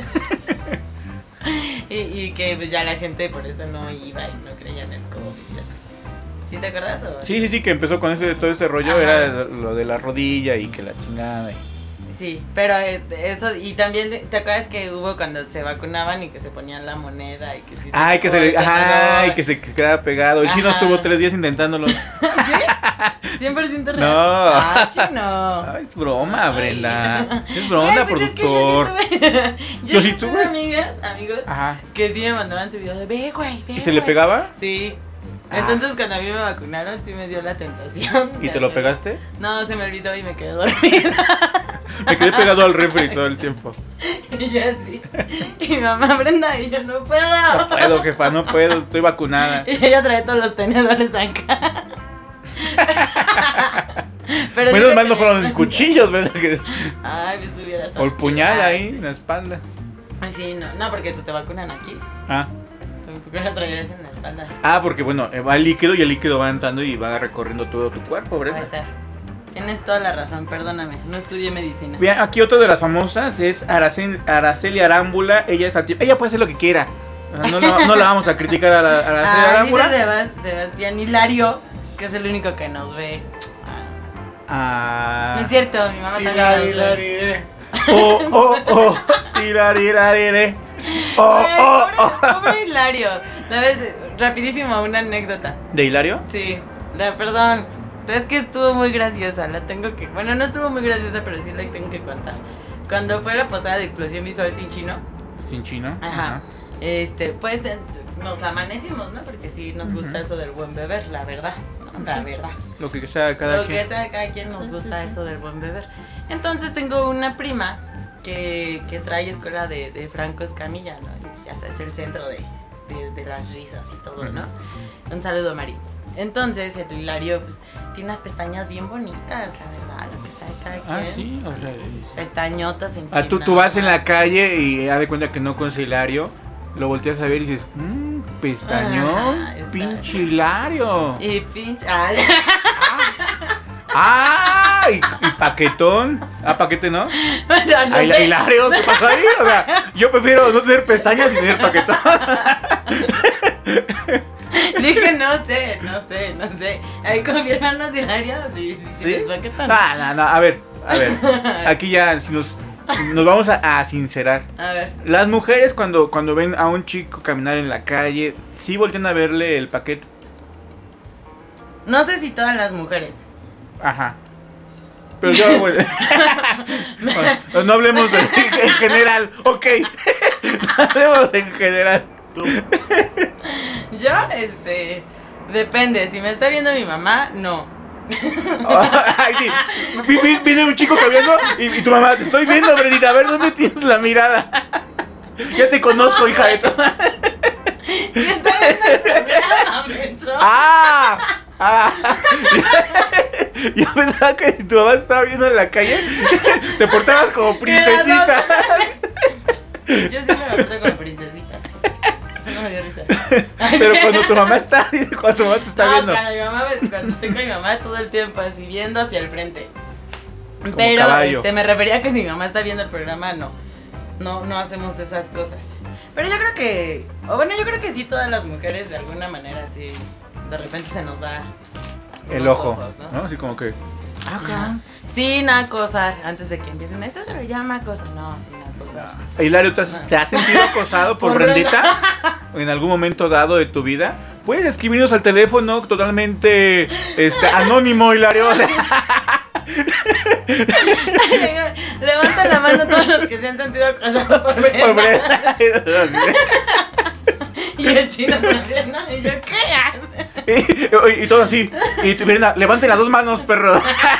Y, y que pues ya la gente por eso no iba y no creía en el COVID y así. ¿Sí te acuerdas? O? Sí, sí, sí, que empezó con ese, todo ese rollo, Ajá. era lo de la rodilla y que la chingada. Y... Sí, pero eh, eso, y también, ¿te acuerdas que hubo cuando se vacunaban y que se ponían la moneda y que sí se Ay, que se tocó le, el ajá, tenedor? y que se quedaba pegado. El chino Ajá. estuvo tres días intentándolo. cien por ciento real. No. Ah, no. Ay, es broma, Ay. Brenda. Es broma, Ay, pues productor. Es que yo sí tuve, yo Yo sí sí tuve tuve. amigas, amigos, Ajá. que sí me mandaban su video de ve, güey, ve, ¿Y se le güey". pegaba? Sí. Ah. Entonces cuando a mí me vacunaron sí me dio la tentación. ¿Y de te lo hacer- pegaste? No, se me olvidó y me quedé dormida. Me quedé pegado al refri todo el tiempo. Y yo así. Y mi mamá, Brenda, y yo no puedo. No puedo, jefa, no puedo, estoy vacunada. Y ella trae todos los tenedores acá. Pero sí Menos me mal no quedé- fueron cuchillos, ¿verdad? Que- Ay, pues hubiera estado O el puñal chido. ahí Ay, en la espalda. sí. Sí, no, no, porque tú te vacunan aquí. Ah. ¿Por qué la traerías en la espalda? Ah, porque bueno, eh, va el líquido y el líquido va entrando y va recorriendo todo tu cuerpo, Brenda. Puede ser. Tienes toda la razón, perdóname. No estudié medicina. Bien, aquí otra de las famosas es Araceli, Araceli Arámbula. Ella es ati- ella puede hacer lo que quiera. O sea, no, la- no la vamos a criticar a la a Araceli Ah, Arámbula. dice Sebas- Sebastián Hilario, que es el único que nos ve. Ah. No es cierto, mi mamá también Hilari, nos hilari, ve. eh. Oh, oh, oh. Hilari, hilari, oh, Ay, oh, pobre, oh. pobre Hilario. La vez, rapidísimo, una anécdota. ¿De Hilario? Sí, la, perdón. Es que estuvo muy graciosa, la tengo que... Bueno, no estuvo muy graciosa, pero sí la tengo que contar. Cuando fue la posada de Explosión Visual Sin Chino, Sin chino. ajá, este, pues eh, nos la amanecimos, ¿no? Porque sí nos gusta Ujú. eso del buen beber, la verdad, ¿no? La verdad. Lo que sea cada Lo quien. que sea, cada quien nos gusta eso del buen beber. Entonces tengo una prima que, que trae escuela de, de Franco Escamilla, ¿no? Y pues ya sabes, es el centro de, de, de las risas y todo, ¿no? Un saludo a Mari. Entonces el Hilario pues, tiene unas pestañas bien bonitas, la verdad, lo que sea de cada Ah, quien. sí, o sea, Pestañotas en Ah, tú, tú vas en la calle y haz de cuenta que no con Hilario, lo volteas a ver y dices, mmm, pestañón, Ajá, exacto. pinche Hilario. Y pinche... Ay, ¡Ah! Y, y paquetón. Ah, paquete, ¿no? bueno, no Ah, sé. Hilario, ¿qué pasó ahí? O sea, yo prefiero no tener pestañas y tener paquetón. Dije, no sé, no sé, no sé. Ahí confirmarnos, Hilario, si, si, si ¿Sí? les va que tan... Ah, no, no, a ver, a ver. Aquí ya si nos, nos vamos a, a sincerar. A ver. Las mujeres cuando, cuando ven a un chico caminar en la calle, ¿sí voltean a verle el paquete? No sé si todas las mujeres. Ajá. Pero yo, bueno, no, no hablemos de, en general, ok. No hablemos en general. Tú. Yo, este, depende. Si me está viendo mi mamá, no. Ay, sí. Vi- vi- Viene un chico caminando y, y tu mamá, te estoy viendo, Brenita, a ver dónde tienes la mirada. Ya te conozco, hija de tu... Si está viendo el programa, menso. ¡Ah! ¡Ah! Yo pensaba que si tu mamá estaba viendo en la calle, te portabas como princesita. Yo sí me la porto como princesita. Eso no me dio risa. Pero cuando tu mamá está, cuando tu mamá te está no, viendo. Cuando, mi mamá, cuando estoy con mi mamá todo el tiempo así viendo hacia el frente. Como Pero caballo. este, me refería a que si mi mamá está viendo el programa, no. No, no hacemos esas cosas. Pero yo creo que, o bueno, yo creo que sí todas las mujeres de alguna manera sí, de repente se nos va El los ojo, ojos, ¿no? ¿no? Así como que. Ah, Ajá. Sin acosar, antes de que empiecen, esto se le llama acoso. No, sin acosar. Hilario, ¿te has, ¿te has sentido acosado por Por Brendita en algún momento dado de tu vida? Puedes escribirnos al teléfono totalmente este, anónimo, Hilario. O sea, Levantan la mano todos los que se han sentido acosados por Brenda. por Brenda. Y el chino también, ¿no? Y yo, ¿qué haces? Y, y todo así. Y tu Brenda, levanten las dos manos, perro.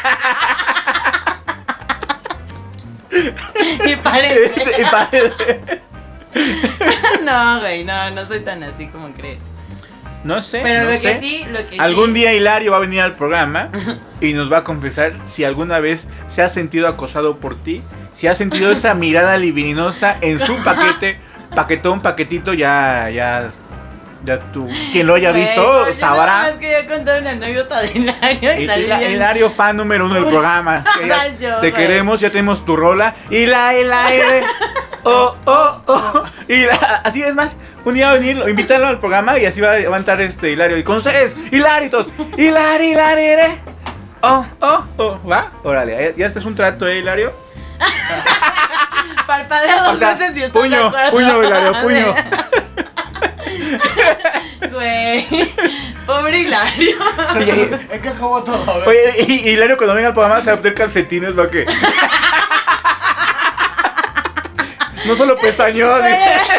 Y parece. Y parece. No, güey, no, no soy tan así como crees. No sé. Pero no lo sé. que sí, lo que Algún sí. día Hilario va a venir al programa y nos va a confesar si alguna vez se ha sentido acosado por ti, si ha sentido esa mirada libidinosa en su paquete, paquetón, paquetito, ya, ya, ya tú, quien lo haya Güey, visto no, yo nada sabrá. más quería contar una anécdota de Hilario y Y- salí Hila- bien. Hilario, fan número uno del programa. Que ya Mal yo, te güey. queremos, ya tenemos tu rola. Y la, y la, y la- oh, oh, oh. Y la- así es más, un día va a venir, invitarlo al programa y así va a levantar este Hilario. Y con ustedes, Hilaritos, Hilari, Hilari, Hilari. Oh, oh, oh, va, órale, ya este es un trato, ¿eh, Hilario? Parpadea dos O sea, veces y estás de puño, acuerdo. puño, Hilario, puño. Güey, pobre Hilario. Oye, ¿En qué acabó todo? A ver. oye, y, y Hilario cuando venga al programa se va a poner calcetines, ¿va qué? No solo pestañones.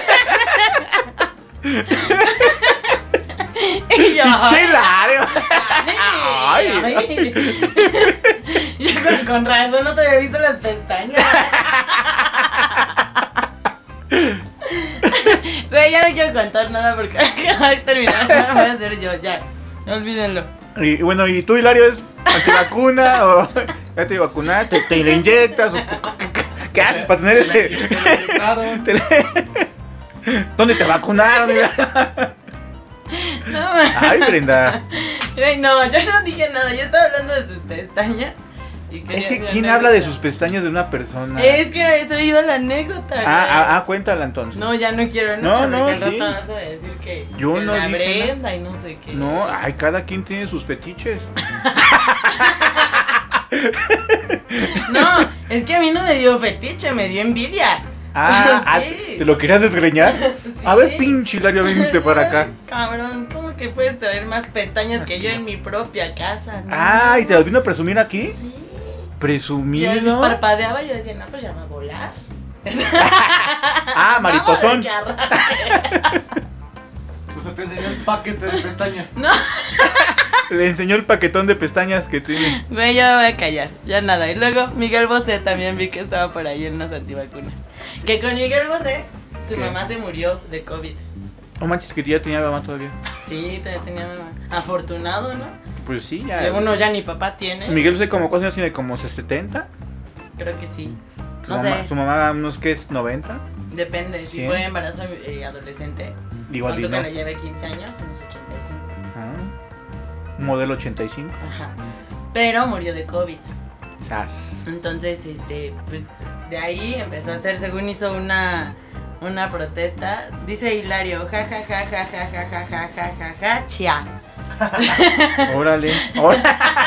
Y yo, ¡Pinche Hilario! ay, ay. Yo con, con razón no te había visto las pestañas. Güey, ya no quiero contar nada porque va a terminar. No lo voy a hacer yo, ya. Olvídenlo. Y bueno, ¿y tú, Hilario, es antivacuna o ya te vacunaste? ¿Te, te le inyectas? O, ¿qué, qué, qué haces para tener Me ese? inyectaron. te le- ¿Dónde te vacunaron? No, ma- Ay, Brenda. Güey, no, yo no dije nada. Yo estaba hablando de sus pestañas. Y quería Es que, mi ¿quién anécdota. habla de sus pestañas de una persona? Es que a eso iba la anécdota. Ah, güey. ah, ah, cuéntala entonces. No, ya no quiero No, nada. no, porque al sí. rato vas a decir que, Yo que no la dije Brenda y no sé qué. No, ay, cada quien tiene sus fetiches. No, es que a mí no me dio fetiche, me dio envidia. Ah, ah, Sí. ¿te lo querías desgreñar? Sí. A ver, pinche Hilario, vente para acá. Cabrón, ¿cómo que puedes traer más pestañas que yo en mi propia casa? No. Ah, ¿y te las vino a presumir aquí? Sí. Y así Presumido. parpadeaba y yo decía, no, pues ya va a volar. Ah, mariposón. Vamos, que arranque. O sea, te enseñó el paquete de pestañas. No, Le enseñó el paquetón de pestañas que tiene. güey, ya me voy a callar, ya nada. Y luego Miguel Bosé también vi que estaba por ahí en unas antivacunas. Que con Miguel Bosé, su ¿Qué? mamá se murió de COVID. Oh, manches, que ya tenía mamá todavía. Sí, todavía tenía mamá. Afortunado, ¿no? Pues sí, Que ya. uno ya ni papá tiene. Miguel, sé como cuántos años tiene, como setenta. Creo que sí. Su, No mamá, sé. su mamá, unos que es noventa. Depende, si cien. fue embarazo eh, adolescente, Igual y cuánto no. que le lleve quince años, unos ochenta y cinco. Ah, modelo ochenta y cinco. Ajá. Pero murió de COVID. Sas. Entonces, este, pues de ahí empezó a hacer, según hizo una una protesta. Dice Hilario, ja ja ja ja ja ja ja ja ja ja ja chia. Órale. Órale.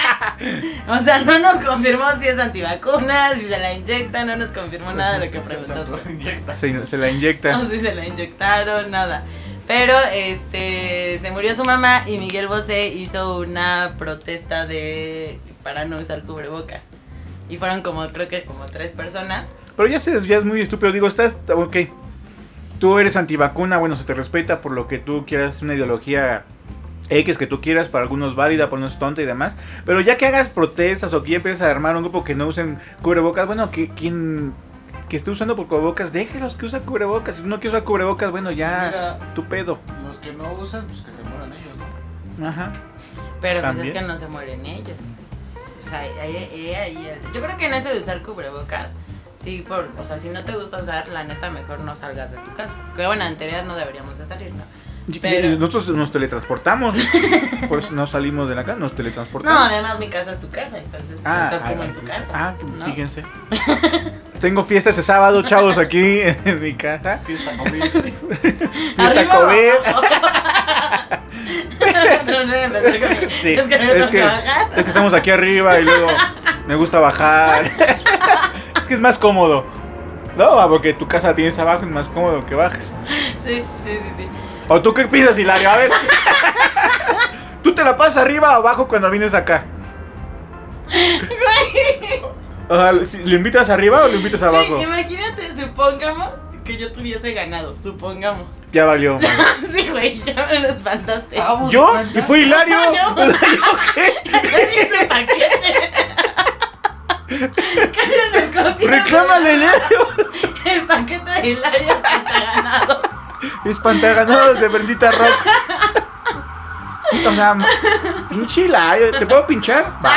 O sea, no nos confirmó si es antivacunas, si se la inyectan, no nos confirmó nada de lo que Se preguntó. autoinyecta. Se, se la inyecta. No sé si se la inyectaron, nada. Pero este se murió su mamá y Miguel Bosé hizo una protesta de para no usar cubrebocas. Y fueron como, creo que como tres personas. Pero ya se desvías muy estúpido. Digo, estás. Ok. Tú eres antivacuna, bueno, se te respeta por lo que tú quieras, una ideología X que tú quieras, para algunos válida, para unos tonta y demás. Pero ya que hagas protestas o que ya empieces a armar un grupo que no usen cubrebocas, bueno, que quien que esté usando por cubrebocas, déjelos que usen cubrebocas. Si no quiere usar cubrebocas, bueno, ya, Mira, tu pedo. los que no usan, pues que se mueran ellos, ¿no? Ajá. Pero pues También. es que no se mueren ellos. O sea, ahí, ahí, ahí- yo creo que en eso de usar cubrebocas, sí, por, o sea, si no te gusta usar, la neta, mejor no salgas de tu casa. Que bueno, en teoría no deberíamos de salir, ¿no? Y- Pero- y Nosotros nos teletransportamos. Por eso no salimos de la casa, nos No, teletransportamos. además mi casa es tu casa, entonces pues, Ah, estás como ah, en tu casa. Ah, que- ¿no? fíjense. Tengo fiesta ese sábado, chavos, aquí en mi casa. Fiesta COVID. Fiesta Arriba o COVID. abajo. Otros deben empezar con Sí, es que no es tengo que, que bajar. es que estamos aquí arriba y luego me gusta bajar. Es que es más cómodo. No, porque tu casa tienes abajo, es más cómodo que bajes. Sí, sí, sí, sí. ¿O tú qué piensas, Hilario? A ver. ¿Tú te la pasas arriba o abajo cuando vienes acá? O sea, si- ¿lo invitas arriba o lo invitas abajo? Güey, imagínate, supongamos que yo tuviese ganado, supongamos. Ya valió, man. Sí, güey, ya me lo espantaste. Hagamos de ¿Yo? cuenta. ¿Y fue Hilario? No. O sea, ¿yo qué? ¡Ese paquete! Cámbiale el copia. Reclámale, Hilario. El paquete de Hilario hasta ganados. Espantaganados de Bendita Rock. O sea, m- pinche Hilario. ¿Te puedo pinchar? Va.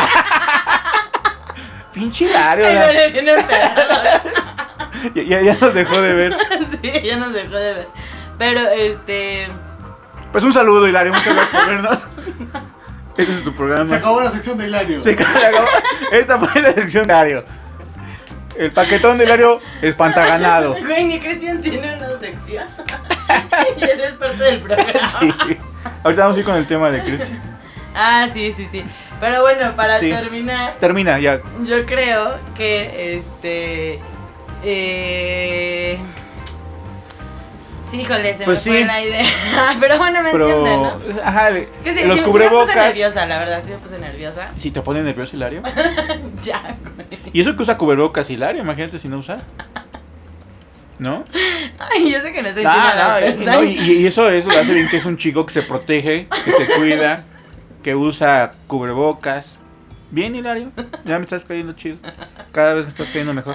Pinche Hilario. Ay, ¿verdad? no le viene el pedo. Ya, ya, ya nos dejó de ver. Sí, ya nos dejó de ver. Pero este. Pues un saludo, Hilario. Muchas gracias por vernos. Este es tu Se programa. acabó la sección de Hilario. Se acabó. Esta fue la sección de Hilario. El paquetón de Hilario espantaganado. Güey, ni Cristian tiene una sección. Y él es parte del programa. Sí. Ahorita vamos a ir con el tema de Chris. Ah, sí, sí, sí. Pero bueno, para Sí. terminar, Termina, ya. yo creo que este. Eh, Sí, híjole, se Pues me fue sí. la idea. Pero bueno, me Pero, entienden, ¿no? ajá, Es que sí, los sí, cubrebocas. sí me puse nerviosa, la verdad, sí me puse nerviosa. ¿Sí te pone nervioso, Hilario? Ya, güey. Y eso que usa cubrebocas, Hilario, imagínate si no usa. ¿No? Ay, yo sé que no estoy Ah, china las no, pestañas. no, y, y eso, eso lo hace bien que es un chico que se protege, que se cuida, que usa cubrebocas. Bien, Hilario, ya me estás cayendo chido. Cada vez me estás cayendo mejor.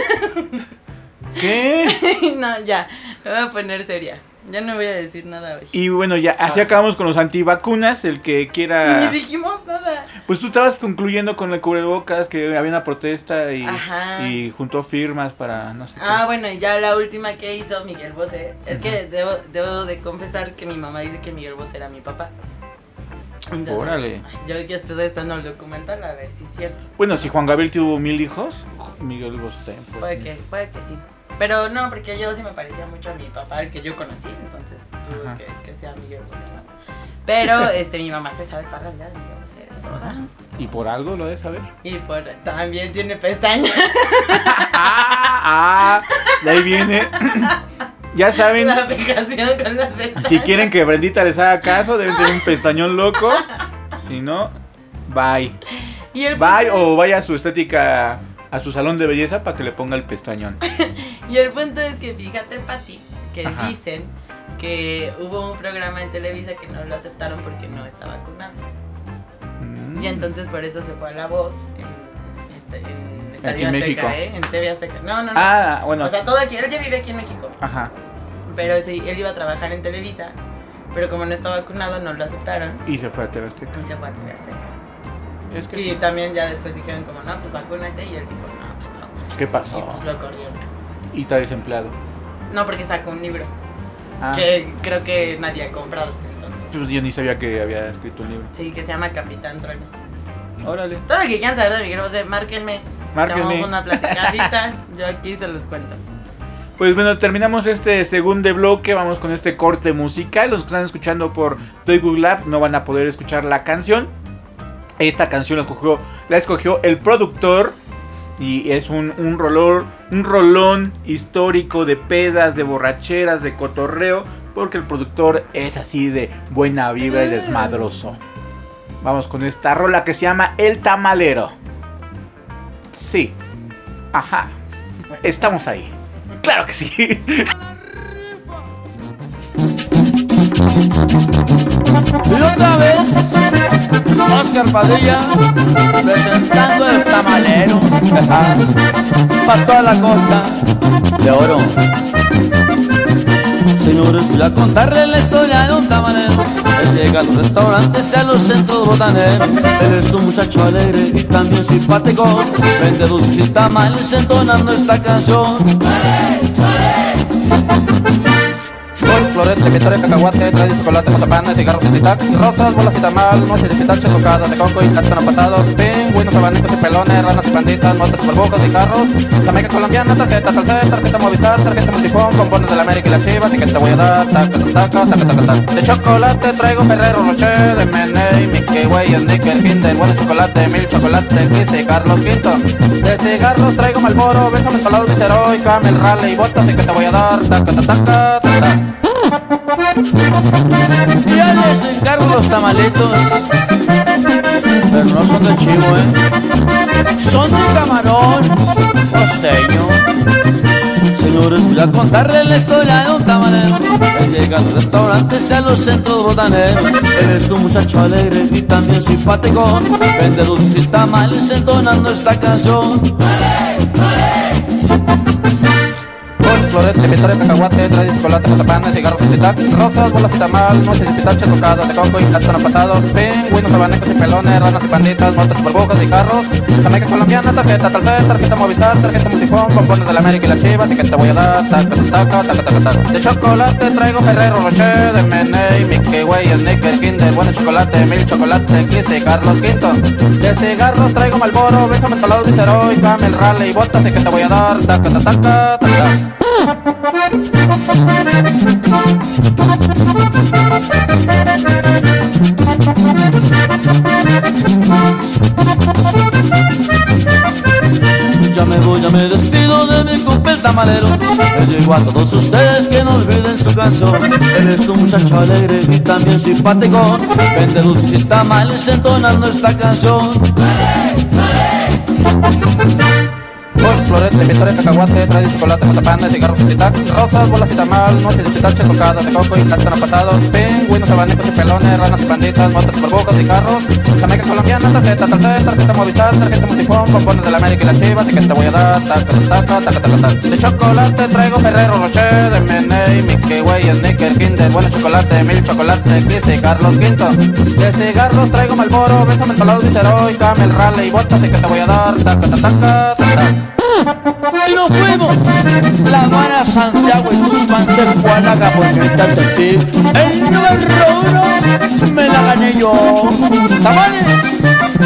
¿Qué? No, ya, me voy a poner seria. Ya no voy a decir nada hoy. Y bueno, ya así acabamos con los antivacunas. El que quiera. Ni dijimos nada. Pues tú estabas concluyendo con el cubrebocas, que había una protesta y, Ajá. y juntó firmas para no sé qué. Ah, bueno, y ya la última que hizo Miguel Bosé. Es que debo, debo de confesar que mi mamá dice que Miguel Bosé era mi papá. Entonces, Órale. Yo, yo estoy esperando el documental a ver si es cierto. Bueno, si Juan Gabriel tuvo mil hijos, Miguel Bosé también. puede Puede tener. que, puede que sí. Pero no, porque yo sí me parecía mucho a mi papá, el que yo conocí, entonces tuve Ajá. que, que sea Miguel Bosé, ¿no? Pero este, mi mamá se sabe toda la vida de Miguel Bosé, toda. ¿Y por algo lo de saber? Y por, también tiene pestañas. ah, ah, de ahí viene. Ya saben, La fijación con las pestañas. si quieren que Brendita les haga caso, deben tener un pestañón loco. Si no, bye. Y el Bye punto o vaya a su estética, a su salón de belleza para que le ponga el pestañón. es, y el punto es que fíjate, Pati, que Ajá. dicen que hubo un programa en Televisa que no lo aceptaron porque no está vacunado. Mm. Y entonces por eso se fue a La Voz en, este, en Aquí Estadio en Azteca, México. ¿eh? En T V Azteca. No, no, no. Ah, bueno. O sea, todo aquí. Él ya vive aquí en México. Ajá. Pero sí, él iba a trabajar en Televisa. Pero como no está vacunado, no lo aceptaron. Y se fue a T V Azteca. Y se fue a T V Azteca. Es que Y sí. también ya después dijeron como, no, pues vacúnate. Y él dijo, no, pues no. ¿Qué Y pasó? pues lo corrieron. Y está desempleado. No, porque sacó un libro. Ah, Que creo que nadie ha comprado. Entonces. pues yo ni sabía que había escrito un libro. Sí, que se llama Capitán Trueno. Órale. Todo lo que quieran saber de Miguel Bosé, márquenme. Márquenme. Echamos una platicadita. Yo aquí se los cuento. Pues bueno, terminamos este segundo bloque. Vamos con este corte musical. Los que están escuchando por Playbook Lab no van a poder escuchar la canción. Esta canción la escogió, la escogió el productor. Y es un, un, rolón, un rolón histórico de pedas, de borracheras, de cotorreo. Porque el productor es así de buena vibra y desmadroso. Vamos con esta rola que se llama El Tamalero. Sí. Ajá. Estamos ahí. Claro que sí. Y otra vez, Oscar Padilla presentando el tamalero para toda la costa de oro. Señores, voy a contarles la historia de un tamalero. Él llega a los restaurantes y a los centros botaneros. Él es un muchacho alegre y también simpático. Vende dulces y tamales entonando esta canción. Florete, victoria, cacahuate, trae chocolate, mazapanes, cigarros y tic-tac, rosas, bolas y tamal, noches de pitaches, tocadas de coco y cartón pasado, pingüinos, abanitos y pelones, ranas y panditas, motos, superbucos y carros, Jamaica colombiana, tarjeta Telcel, tarjeta Movistar, tarjeta Multifón, pompones de la América y las Chivas, y que te voy a dar, taca, taca, taca, taca, taca. De chocolate traigo Ferrero Rocher, de Meney, Mickey Way, Snicker, Kinder, bueno chocolate, mil chocolate, Kiss y Carlos Quinto. De cigarros traigo Marlboro, Benjamin Colado, Viceroy, Camel, Raleigh y botas, y que te voy a dar, taca, taca, taca, taca. Ya les encargo los tamalitos, pero no son de chivo, eh. Son de camarón costeño. Señores, voy a contarles la historia de un tamalero. Él llega a los restaurantes y a los centros botaneros. Él es un muchacho alegre y también simpático. Vende dulces y tamales entonando esta canción. Florete, victoria, cacahuate, trae chocolate, mazapanes, cigarros y tic-tac, rosas, bolas y tamal, noches de pitaches, tocadas de coco y cartón pasado, pingüinos, abanicos y pelones, ranas y panditas, motos, superbucos y carros, Jamaica colombiana, tarjeta Telcel, tarjeta Movistar, tarjeta Multifón, pompones de la América y las Chivas, y que te voy a dar, taca, taca, taca, taca, taca. De chocolate traigo Ferrero Rocher, de Meney, Mickey Way, Snicker, Kinder, bueno chocolate, mil chocolate, Kiss y Carlos Quinto. De cigarros traigo Marlboro, Benjamin Colado, Viceroy, Camel, Raleigh y botas, y que te voy a dar, taca, taca, taca, taca. Ya me voy, ya me despido de mi compa el tamalero. Les digo a todos ustedes que no olviden su canción. Él es un muchacho alegre y también simpático. Vende dulces y tamales entonando esta canción. Por florete, vitores, cacahuate, trae chocolate, mazapán, cigarros y tic-tac, rosas, bolas y tamal, nueces de pitache, tocadas de coco y plátano pasado, pingüinos, abanicos y pelones, ranas y panditas, motas, burbujas y carros, jamaica colombiana, tarjeta Telcel, tarjeta Movistar, tarjeta Multifón, pompones de la América y las Chivas, y que te voy a dar, taca, taca, taca, taca, taca. De chocolate traigo Ferrero Rocher, de Meney, Mickey Way, Snicker, Kinder, bueno chocolate, mil chocolate, Chris y Carlos Quinto. De cigarros traigo Marlboro, Benzo, Mentolado, Viceroy, Camel, Raleigh y botas, y que te voy a dar, taca, taca, taca, taca. Y no fuimos La Habana, Santiago y Guzmán de Juanaga, porque tanto en ti el número uno me la gané yo. ¡Tamales!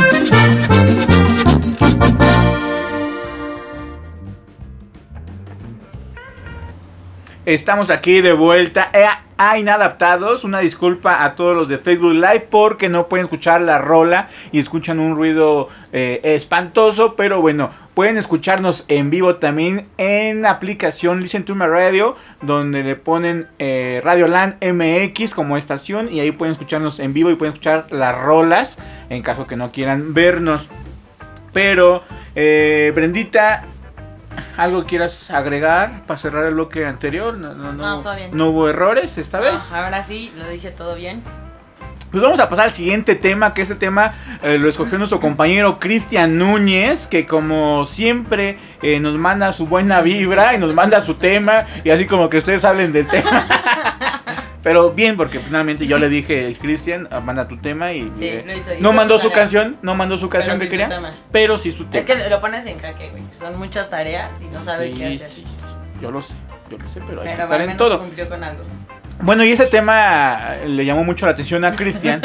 Estamos aquí de vuelta a Inadaptados. Una disculpa a todos los de Facebook Live porque no pueden escuchar la rola y escuchan un ruido eh, espantoso. Pero bueno, pueden escucharnos en vivo también en la aplicación Listen to My Radio, donde le ponen eh, Radioland M X como estación, y ahí pueden escucharnos en vivo y pueden escuchar las rolas en caso que no quieran vernos. Pero, eh, Brendita, ¿algo quieras agregar para cerrar el bloque anterior? No, no, no, No, todo bien. ¿No hubo errores esta No, vez? ahora sí, lo dije todo bien. Pues vamos a pasar al siguiente tema, que este tema eh, lo escogió nuestro compañero Cristian Núñez, que como siempre eh, nos manda su buena vibra y nos manda su tema, y así como que ustedes hablen del tema. Pero bien, porque finalmente yo le dije, Cristian, manda tu tema y Sí, eh, lo hizo, hizo no mandó su su tarea. canción, no mandó su canción Pero que sí su quería, tema. pero sí su tema. Es que lo pones en jaque, güey. Son muchas tareas y no sabe Sí, qué hacer. sí, yo lo sé, yo lo sé, pero hay que Pero estar al en menos todo. cumplió con algo. Bueno, y ese tema le llamó mucho la atención a Cristian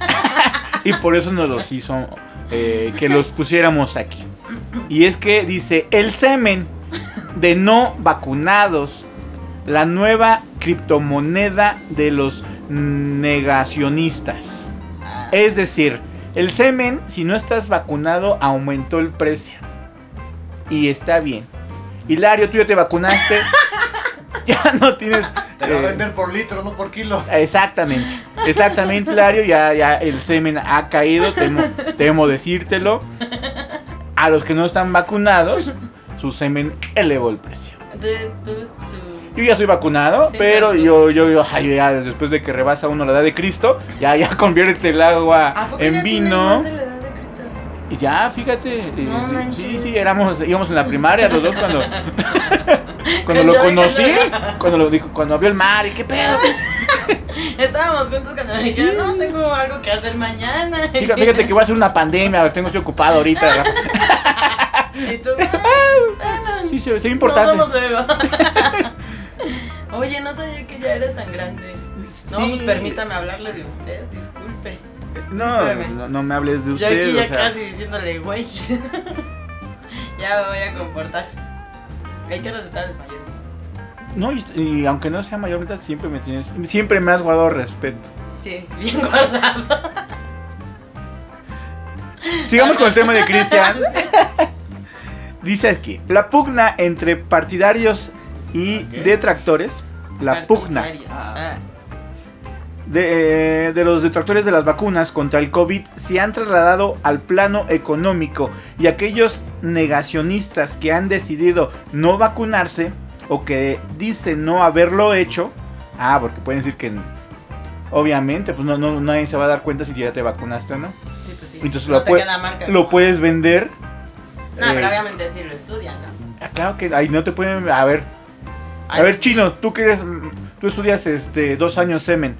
y por eso nos los hizo eh, que los pusiéramos aquí. Y es que dice, el semen de no vacunados, la nueva criptomoneda de los negacionistas. Es decir, el semen, si no estás vacunado, aumentó el precio. Y está bien. Hilario, tú ya te vacunaste. Ya no tienes... Te va a eh, vender por litro, no por kilo. Exactamente, exactamente, Hilario, ya, ya el semen ha caído, temo, temo decírtelo. A los que no están vacunados, su semen elevó el precio. Tú, tú, tú. Yo ya soy vacunado, Sí, pero claro. yo, yo, yo, ay, ya después de que rebasa uno la edad de Cristo, ya, ya convierte el agua ¿A poco en ya tienes vino. más de la edad de Cristo? Y ya, fíjate, eh, No sí, manches. sí, sí, éramos, íbamos en la primaria los dos cuando, cuando Cuando lo vi conocí, cuando- cuando lo dijo, cuando vio el mar y qué pedo. Estábamos juntos cuando me dijeron, no, tengo algo que hacer mañana. Fíjate, fíjate que voy a hacer una pandemia, tengo estoy ocupado ahorita. Rafa. Y tú, "Ah, bueno, Sí, sí, sí, importante. nos vemos luego". Oye, no sabía que ya eres tan grande. No, Sí. pues permítame hablarle de usted, disculpe. No, Espérame. no, no me hables de Yo usted. aquí ya o sea, casi diciéndole, güey. Ya me voy a comportar. Hay que respetar a los mayores. No, y, y aunque no sea mayor, neta, siempre me tienes, siempre me has guardado respeto. Sí, bien guardado. Sigamos con el tema de Cristian. Dice aquí, la pugna entre partidarios y Ok. detractores, la pugna Partidarios. Ah. de, eh, de los detractores de las vacunas contra el COVID se han trasladado al plano económico, y aquellos negacionistas que han decidido no vacunarse o que dicen no haberlo hecho, ah, porque pueden decir que obviamente pues no, no nadie se va a dar cuenta si ya te vacunaste o no. Sí, pues sí. Entonces No lo, te pue- queda marca lo como- puedes vender. No, pero eh, obviamente sí lo estudian, ¿no? ah, claro que ahí no te pueden. A ver, a Ay, ver, pues sí. Chino, tú que eres, mm, tú estudias este dos años semen.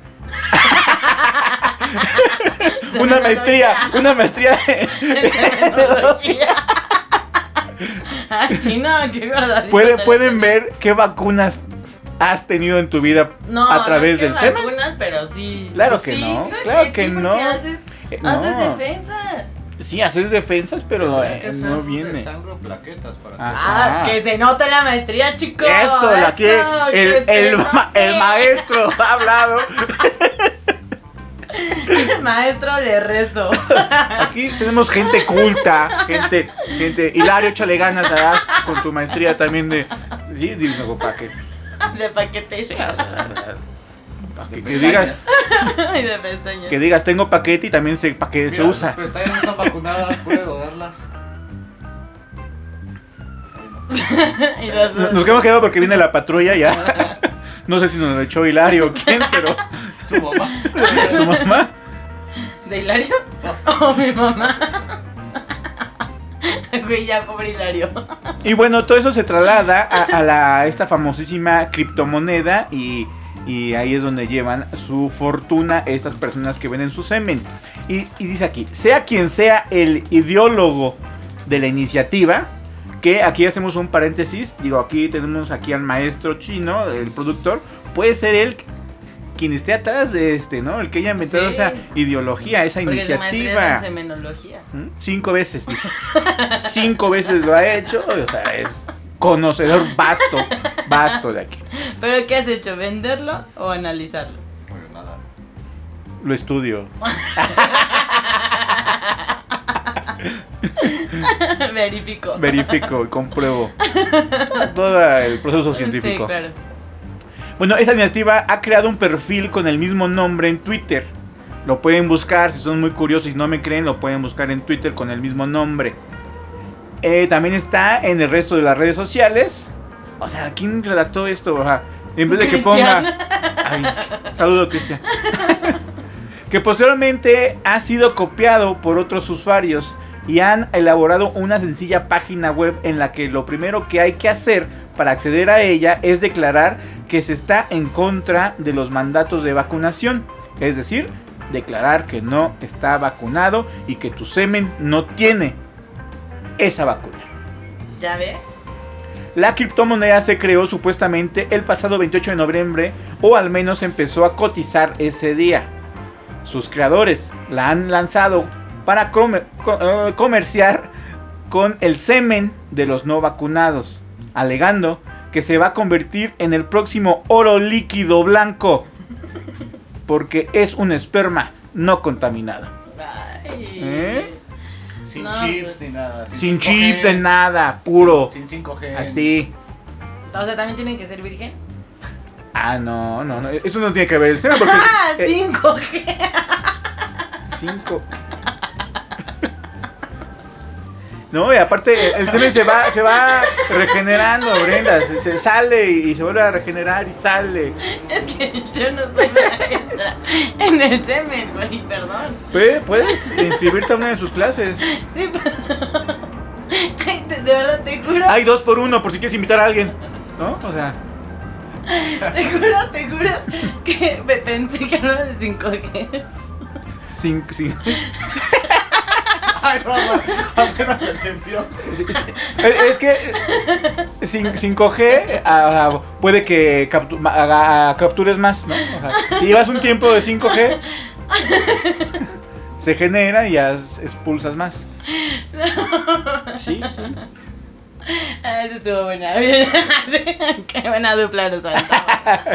Una maestría, una maestría. Tecnología. Ay, chino, qué gordadito. Puede- te pueden lo ver qué vacunas has tenido en tu vida No, a través no del que semen. vacunas, pero sí. Claro Pues que sí, no, Claro, claro que, que sí, no. porque Haces, Eh, haces no. defensas. Sí, haces defensas, pero Tiene eh, que ser no de viene. sangre o plaquetas para Ah. Ah, Ajá. que se note la maestría, chicos. Eso, la que Eso, el, que el, se ma- el note. maestro ha hablado. Maestro, le rezo. Aquí tenemos gente culta, gente, gente. Hilario, échale ganas, ¿verdad? Con tu maestría también de, Sí, digo, para que, De paquete. pa' que, que digas, Y de pestañas. que digas, tengo paquete y también sé para qué se Mira, usa. Las pestañas no están vacunadas, puede donarlas. Y los Nos nos hemos quedado porque viene la patrulla ya. No sé si nos lo echó Hilario o quién, pero Su mamá. su mamá. ¿De Hilario? ¿O mi mamá? Güey, ya, pobre Hilario. Y bueno, todo eso se traslada a, a la, esta famosísima criptomoneda y, y ahí es donde llevan su fortuna estas personas que venden su semen. Y, y dice aquí, sea quien sea el ideólogo de la iniciativa, que aquí hacemos un paréntesis, digo, aquí tenemos aquí al maestro chino, el productor, puede ser él quien esté atrás de este, ¿no? El que haya inventado Sí. esa ideología, esa Porque su maestría es iniciativa. en semenología. ¿Mm? Cinco veces, dice. Cinco veces lo ha hecho, o sea, es conocedor vasto, vasto de aquí. ¿Pero qué has hecho? ¿Venderlo o analizarlo? Bueno, nada. Lo estudio. Verifico. Verifico y compruebo todo el proceso científico. Sí, claro. Bueno, esa iniciativa ha creado un perfil con el mismo nombre en Twitter. Lo pueden buscar, si son muy curiosos y no me creen, lo pueden buscar en Twitter con el mismo nombre. Eh, también está en el resto de las redes sociales. O sea, ¿quién redactó esto? O sea, en vez de que ponga... Cristian. Ay, saludo, Cristian. Que posteriormente ha sido copiado por otros usuarios y han elaborado una sencilla página web en la que lo primero que hay que hacer para acceder a ella es declarar que se está en contra de los mandatos de vacunación. Es decir, declarar que no está vacunado y que tu semen no tiene esa vacuna. ¿Ya ves? La criptomoneda se creó supuestamente el pasado veintiocho de noviembre, o al menos empezó a cotizar ese día. Sus creadores la han lanzado para comer- co- eh, comerciar con el semen de los no vacunados, alegando que se va a convertir en el próximo oro líquido blanco, porque es un esperma no contaminado. Ay. ¿Eh? Sin No, chips pues. ni nada. Sin cinco G, chips de nada, puro. Sin cinco G. Así. O sea, ¿también tienen que ser virgen? Ah, no, no, no. Eso no tiene que ver el semen porque... ¡Ah! eh, cinco G. Cinco. No, y aparte el semen se va, se va regenerando, Brenda. Se, se sale y se vuelve a regenerar y sale. Es que yo no soy maestra en el semen, güey, perdón. Puedes, puedes inscribirte a una de sus clases. Sí, pero... Ay, de, de verdad, te juro, Hay dos por uno por si quieres invitar a alguien. ¿No? O sea, te juro, te juro que me pensé que hablaba de cinco G. sin, sin, Ay, no, no, apenas me entendió. sin- sin- es es que eh, sin, cinco G ah, ah, puede que captu- ma- haga- captures más, ¿no? O sea, si llevas un tiempo de cinco G, se genera y ya es- expulsas más. Sí, sí. Ah, eso estuvo buena. Qué buena dupla nos aventamos.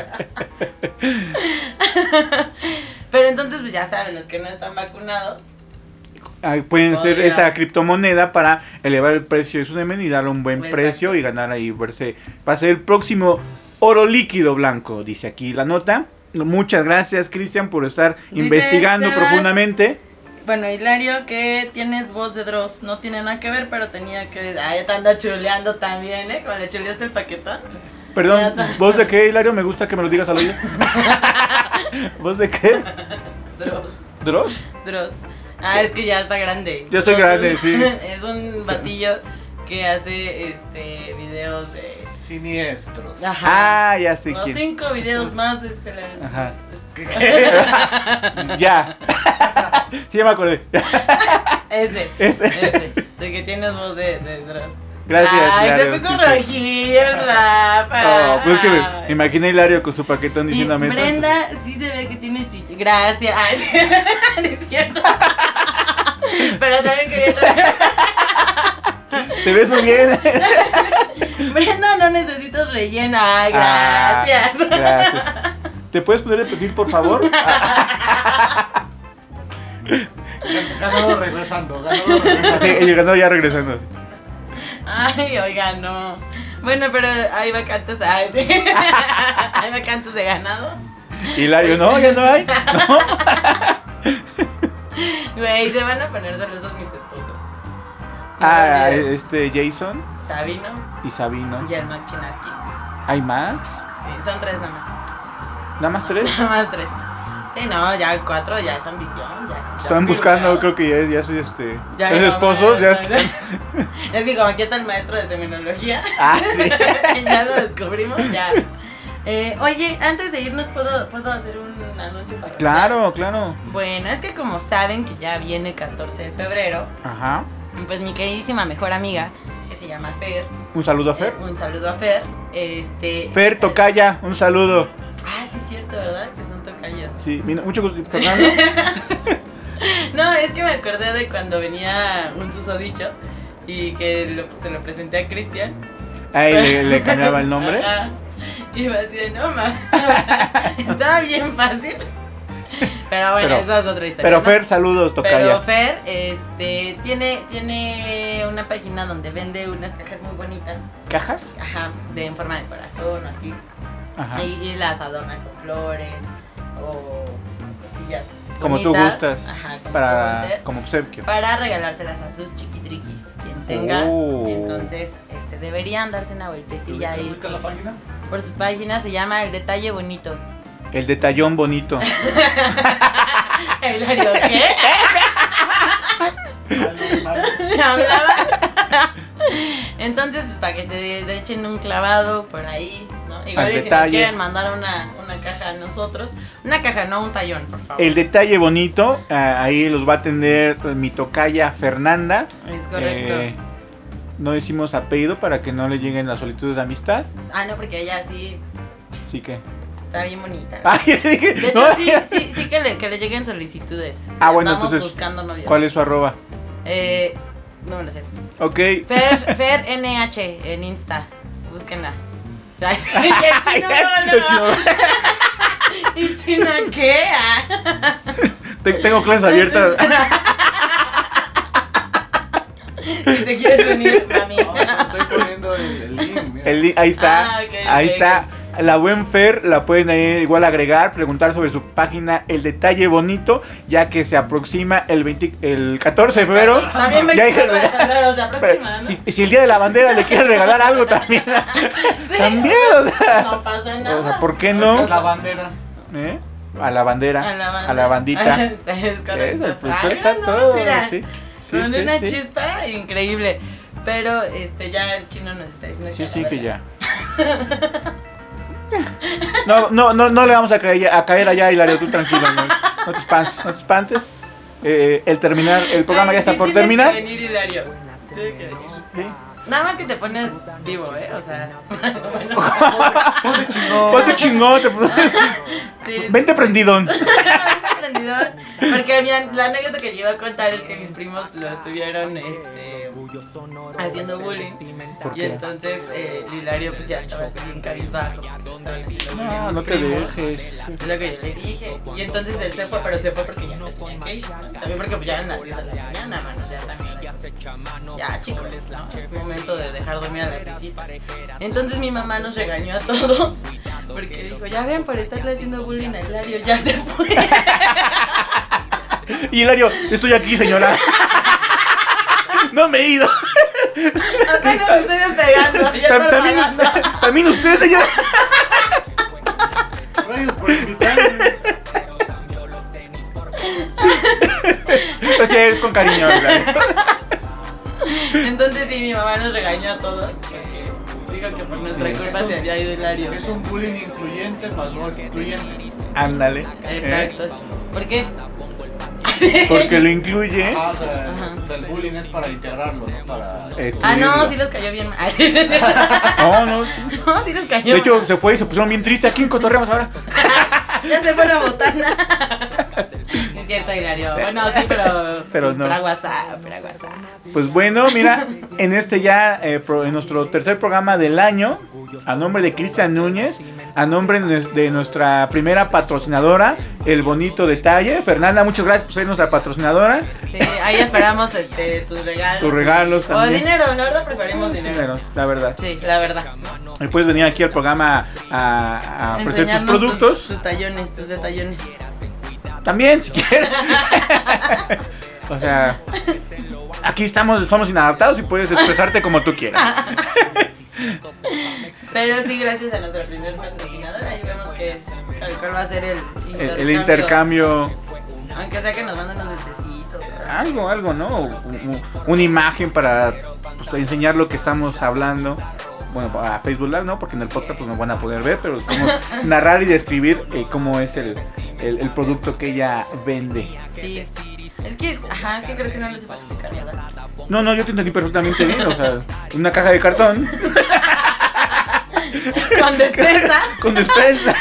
Pero entonces, pues ya saben, los que no están vacunados. Ah, pueden ser Podría. esta criptomoneda para elevar el precio de su semen y darle un buen Exacto. precio y ganar ahí, verse. Va a ser el próximo oro líquido blanco, dice aquí la nota. Muchas gracias, Cristian, por estar Dice investigando Sebas- profundamente. Bueno, Hilario, que tienes voz de Dross. No tiene nada que ver, pero tenía que. Ay, ya te anda chuleando también, ¿eh? Como le chuleaste el paquetón. Perdón, Ya ta- ¿voz de qué, Hilario? Me gusta que me lo digas al oído. ¿Voz de qué? Dross. ¿Dross? Dross. Ah, es que ya está grande. Ya estoy grande, sí. Es un batillo que hace este videos de. Siniestros. Ajá. Ah, ya sé Los quién. cinco videos más esperados. Ajá. Ya. Sí, ya me acordé. Ese. Ese. Ese. De que tienes voz de, de Dross. Gracias, Ay, Hilario, se puso sí, sí. rojillo, Rafa. Oh, pues es que me me imaginé a Hilario con su paquetón Y diciéndome eso. Brenda sí se ve que tiene chichi. Gracias. Ay, no es cierto. Pero también quería traer. Te ves muy bien. Brenda, no necesitas relleno. Ay, Ah, gracias. gracias. ¿Te puedes poner de pedir, por favor? Ganador regresando, ganador regresando. Sí, el ganador ya regresando. Ay, oiga, no. Bueno, pero hay vacantes, ah, sí. Hay vacantes de ganado. Hilario, no, ya no hay. No. Güey, se van a poner celosos mis esposos. No Ah, olvides. este Jason Sabino y Sabino. y el Mac Chinaski. ¿Hay más? Sí, son tres nada más. ¿Nada más tres? Nada más tres. Sí, no, ya cuatro ya es ambición. Ya es, ya Están es buscando, figurado. creo que ya, ya soy este. Ya, Los no, esposos, ya, ya ya, están. Es que como aquí está el maestro de seminología, Ah, sí. ya lo descubrimos, ya. Eh, oye, antes de irnos, ¿puedo, ¿puedo hacer un anuncio para Claro, claro. Bueno, es que como saben que ya viene el catorce de febrero, Ajá. pues mi queridísima mejor amiga, que se llama Fer, Un saludo a Fer. eh, un saludo a Fer, este... Fer Tocaya, un saludo. Ah, sí es cierto, ¿verdad? Que son tocayos. Sí, mi- mucho gusto, Fernando. No, es que me acordé de cuando venía un susodicho y que lo- se lo presenté a Cristian. Ahí le, le cambiaba el nombre. Ajá. Y iba así de, no, ma. Estaba bien fácil. Pero bueno, Pero- esa es otra historia. Pero ¿no? Fer, saludos, Tocaya. Pero Fer, este, tiene, tiene una página donde vende unas cajas muy bonitas. ¿Cajas? Ajá, de en forma de corazón o así. Ajá. Y, y las adorna con flores o cosillas. Como tú bonitas. gustas. Ajá, como tú Para, gustes. como obsequio. Para regalárselas a sus chiquitriquis, quien tenga. Oh. Entonces, este, deberían darse una vueltecilla ahí. ¿Ubica la página? Por su página se llama El Detalle Bonito. El detallón bonito. Hilario, ¿qué? Algo, algo. ¿Hablaban? Entonces, pues para que se de- echen un clavado por ahí, ¿no? Igual Al y si detalle. nos quieren mandar una, una caja a nosotros. Una caja, no un tallón, por favor. El detalle bonito, ah, ahí los va a atender mi tocaya Fernanda. Es correcto. Eh, no decimos apellido para que no le lleguen las solicitudes de amistad. Ah, no, porque ella sí Así que. está bien bonita. Ay, dije, De hecho, no. sí, sí, sí que le, que le lleguen solicitudes. Ah, bueno, Andamos entonces, buscando novio. ¿Cuál es su arroba? Eh, no me lo sé. Ok. Fer, Fer N H en Insta. Búsquenla. Ay, sí, el chino no, no. ¿Y China qué? Ah. Te- Tengo clases abiertas. Si te quieres venir, mami. No, te estoy poniendo el, el link. Mira. El li- ahí está. Ah, ok, ahí ok, está. La buen Fer la pueden ahí igual agregar, preguntar sobre su página El Detalle Bonito, ya que se aproxima el, veinte, el catorce de febrero. También me Ya hay que quiero regalar, o sea, próxima, ¿no? si, si el día de la bandera le quieren regalar algo también. Sí. También, o sea. No pasa O nada. sea, ¿por qué Esta no? es la bandera. ¿Eh? A la bandera. A la, banda. A la bandita. Es correcto. Eso, pues, Ay, está no, todo. mira, Sí, sí, con sí, una sí. chispa increíble. Pero este ya el chino nos está diciendo Sí, a sí, la que verga. ya. No, no, no, no le vamos a caer, a caer allá, Hilario, tú tranquilo, no, no te espantes, no te espantes. Eh, el terminar, el programa Ay, ya está sí por tiene terminar. que venir, Hilario. Tiene que venir. Sí. Nada más que te pones vivo, ¿eh? O sea, bueno, Ponte chingón. Ponte chingón, te pones- sí, vente prendidón. Vente prendidón. Porque mi- la anécdota que yo iba a contar es que mis primos lo estuvieron este, haciendo bullying. ¿Por Y qué? entonces eh, Hilario pues ya estaba así bien cabizbajo. porque estaban haciendo bullying No, mis no te primos. dejes. Es lo que yo le dije. Y entonces él se fue, pero se fue porque ya se tenía que ir. ¿no? También porque pues ya eran las diez de la mañana, manos. Ya también. Ya, chicos, ¿no? Es momento de dejar dormir a las visitas. Entonces mi mamá nos regañó a todos. Porque dijo, ya ven, por estarle haciendo bullying a Hilario, ya se fue. Y Hilario, estoy aquí, señora. No me he ido. Apenas estoy despegando. Ya Tam- no También, pagando. también usted, señora. Gracias por invitarme. Así es, con cariño, Hilario. Entonces sí, mi mamá nos regañó a todos. Porque dijo que por nuestra Sí. culpa se había ido Hilario. Es un bullying incluyente, más no excluyente. Ándale. Exacto. ¿Por qué? Eh, Porque lo incluye. Ah, o sea, Ajá. o sea, el bullying es para integrarlo, no para... eh, Ah, no, excluirlo. sí les cayó bien. Ah, sí, es cierto. No, no. No, sí les cayó. De hecho, se fue y se pusieron bien tristes. ¿A quién cotorreamos ahora? ya se fue la botana. Es cierto, Hilario. Bueno, sí, pero. Pero no. Para WhatsApp, para WhatsApp. Pues bueno, mira, en este ya, eh, pro, en nuestro tercer programa del año, a nombre de Cristian Núñez, a nombre de nuestra primera patrocinadora, El Bonito Detalle. Fernanda, muchas gracias por ser nuestra patrocinadora. Sí, ahí esperamos este, tus regalos. Tus regalos O también. dinero, la verdad preferimos dinero. Dinero, la verdad. Sí, la verdad. Y puedes venir aquí al programa a, a ofrecer tus Enseñarnos productos. Tus, tus tallones, tus detallones. También, si quieres. O sea, aquí estamos, somos inadaptados y puedes expresarte como tú quieras. Pero sí, gracias a nuestra primer patrocinadora, ahí vemos que es, cuál va a ser el intercambio. El, el intercambio. Aunque sea que nos manden unos dulcecitos. Algo, algo, ¿no? Un, una imagen para pues, enseñar lo que estamos hablando. Bueno, a Facebook Live, ¿no? Porque en el podcast pues no van a poder ver, pero es como narrar y describir eh, cómo es el, el, el producto que ella vende. Sí, es que, ajá, es que creo que no les puedo explicar, ¿verdad? No, no, yo te entendí perfectamente bien, o sea, una caja de cartón. Con despensa. Con despensa.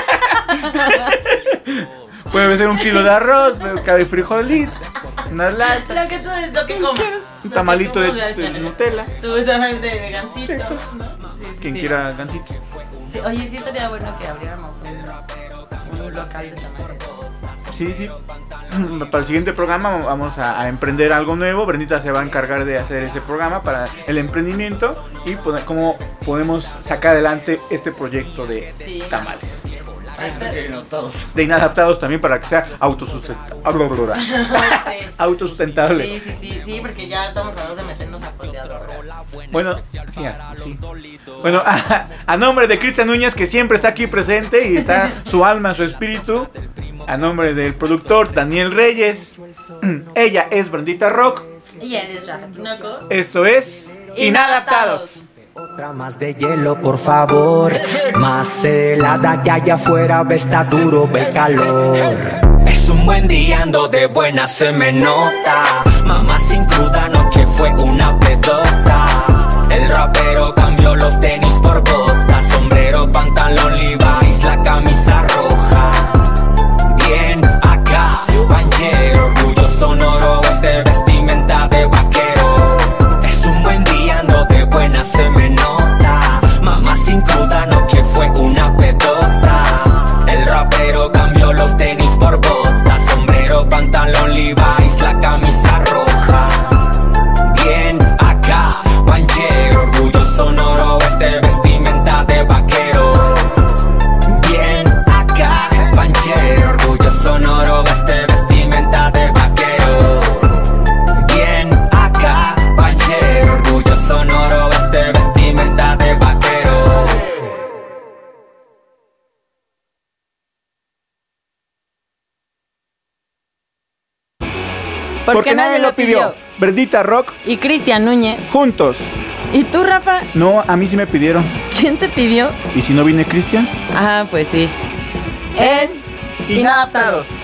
Puede ser un kilo de arroz, de frijolitos, unas latas. Lo que tú des, lo que comas. Un tamalito de, de Nutella. Tu tamal de, de gansito. Sí, pues, ¿no? Sí, sí, Quien sí. quiera gansito. Sí, oye, sí estaría bueno que abriéramos un, un local de tamales. Sí, sí. Para el siguiente programa vamos a, a emprender algo nuevo. Brendita se va a encargar de hacer ese programa para el emprendimiento y poder, cómo podemos sacar adelante este proyecto de Sí. tamales. Inadaptados. De inadaptados también para que sea autosustentable. Sí. Autosustentable. Sí, sí, sí, sí, porque ya estamos a dos de meternos a fondeadora. Bueno, sí, sí. Bueno, a, a nombre de Cristian Núñez, que siempre está aquí presente y está su alma, su espíritu. A nombre del productor Daniel Reyes. Ella es Brendita Rock. Y él es Rafa Tinoco. Esto es Inadaptados. Otra más de hielo, por favor. Más helada que allá afuera, ve está duro, ve el calor. Es un buen día, ando de buena, se me nota. Mamá sin cruda, noche fue una pedota. El rapero cambió los tenis por botas. Sombrero, pantalón, Levi's, la camisa roja. Bien acá, banchero, orgullo sonoro, este vestimenta de vaquero. Es un buen día, ando de buena, se me nota. Mamá sin cruda, noche fue una pedota. El rapero cambió los tenis por botas. Sombrero, pantalón, Levi's, la camisa roja. Bien acá, banchero, orgullo sonoro, este vestimenta de vaquero. Bien acá, banchero, orgullo sonoro, este vestimenta de vaquero. Bien acá, banchero, orgullo sonoro, este vestimenta de vaquero. Porque nadie lo pidió. Brendita Rock, Y Cristian Núñez. juntos. ¿Y tú, Rafa? No, a mí sí me pidieron. ¿Quién te pidió? ¿Y si no viene Cristian? Ah, pues sí. En Inadaptados.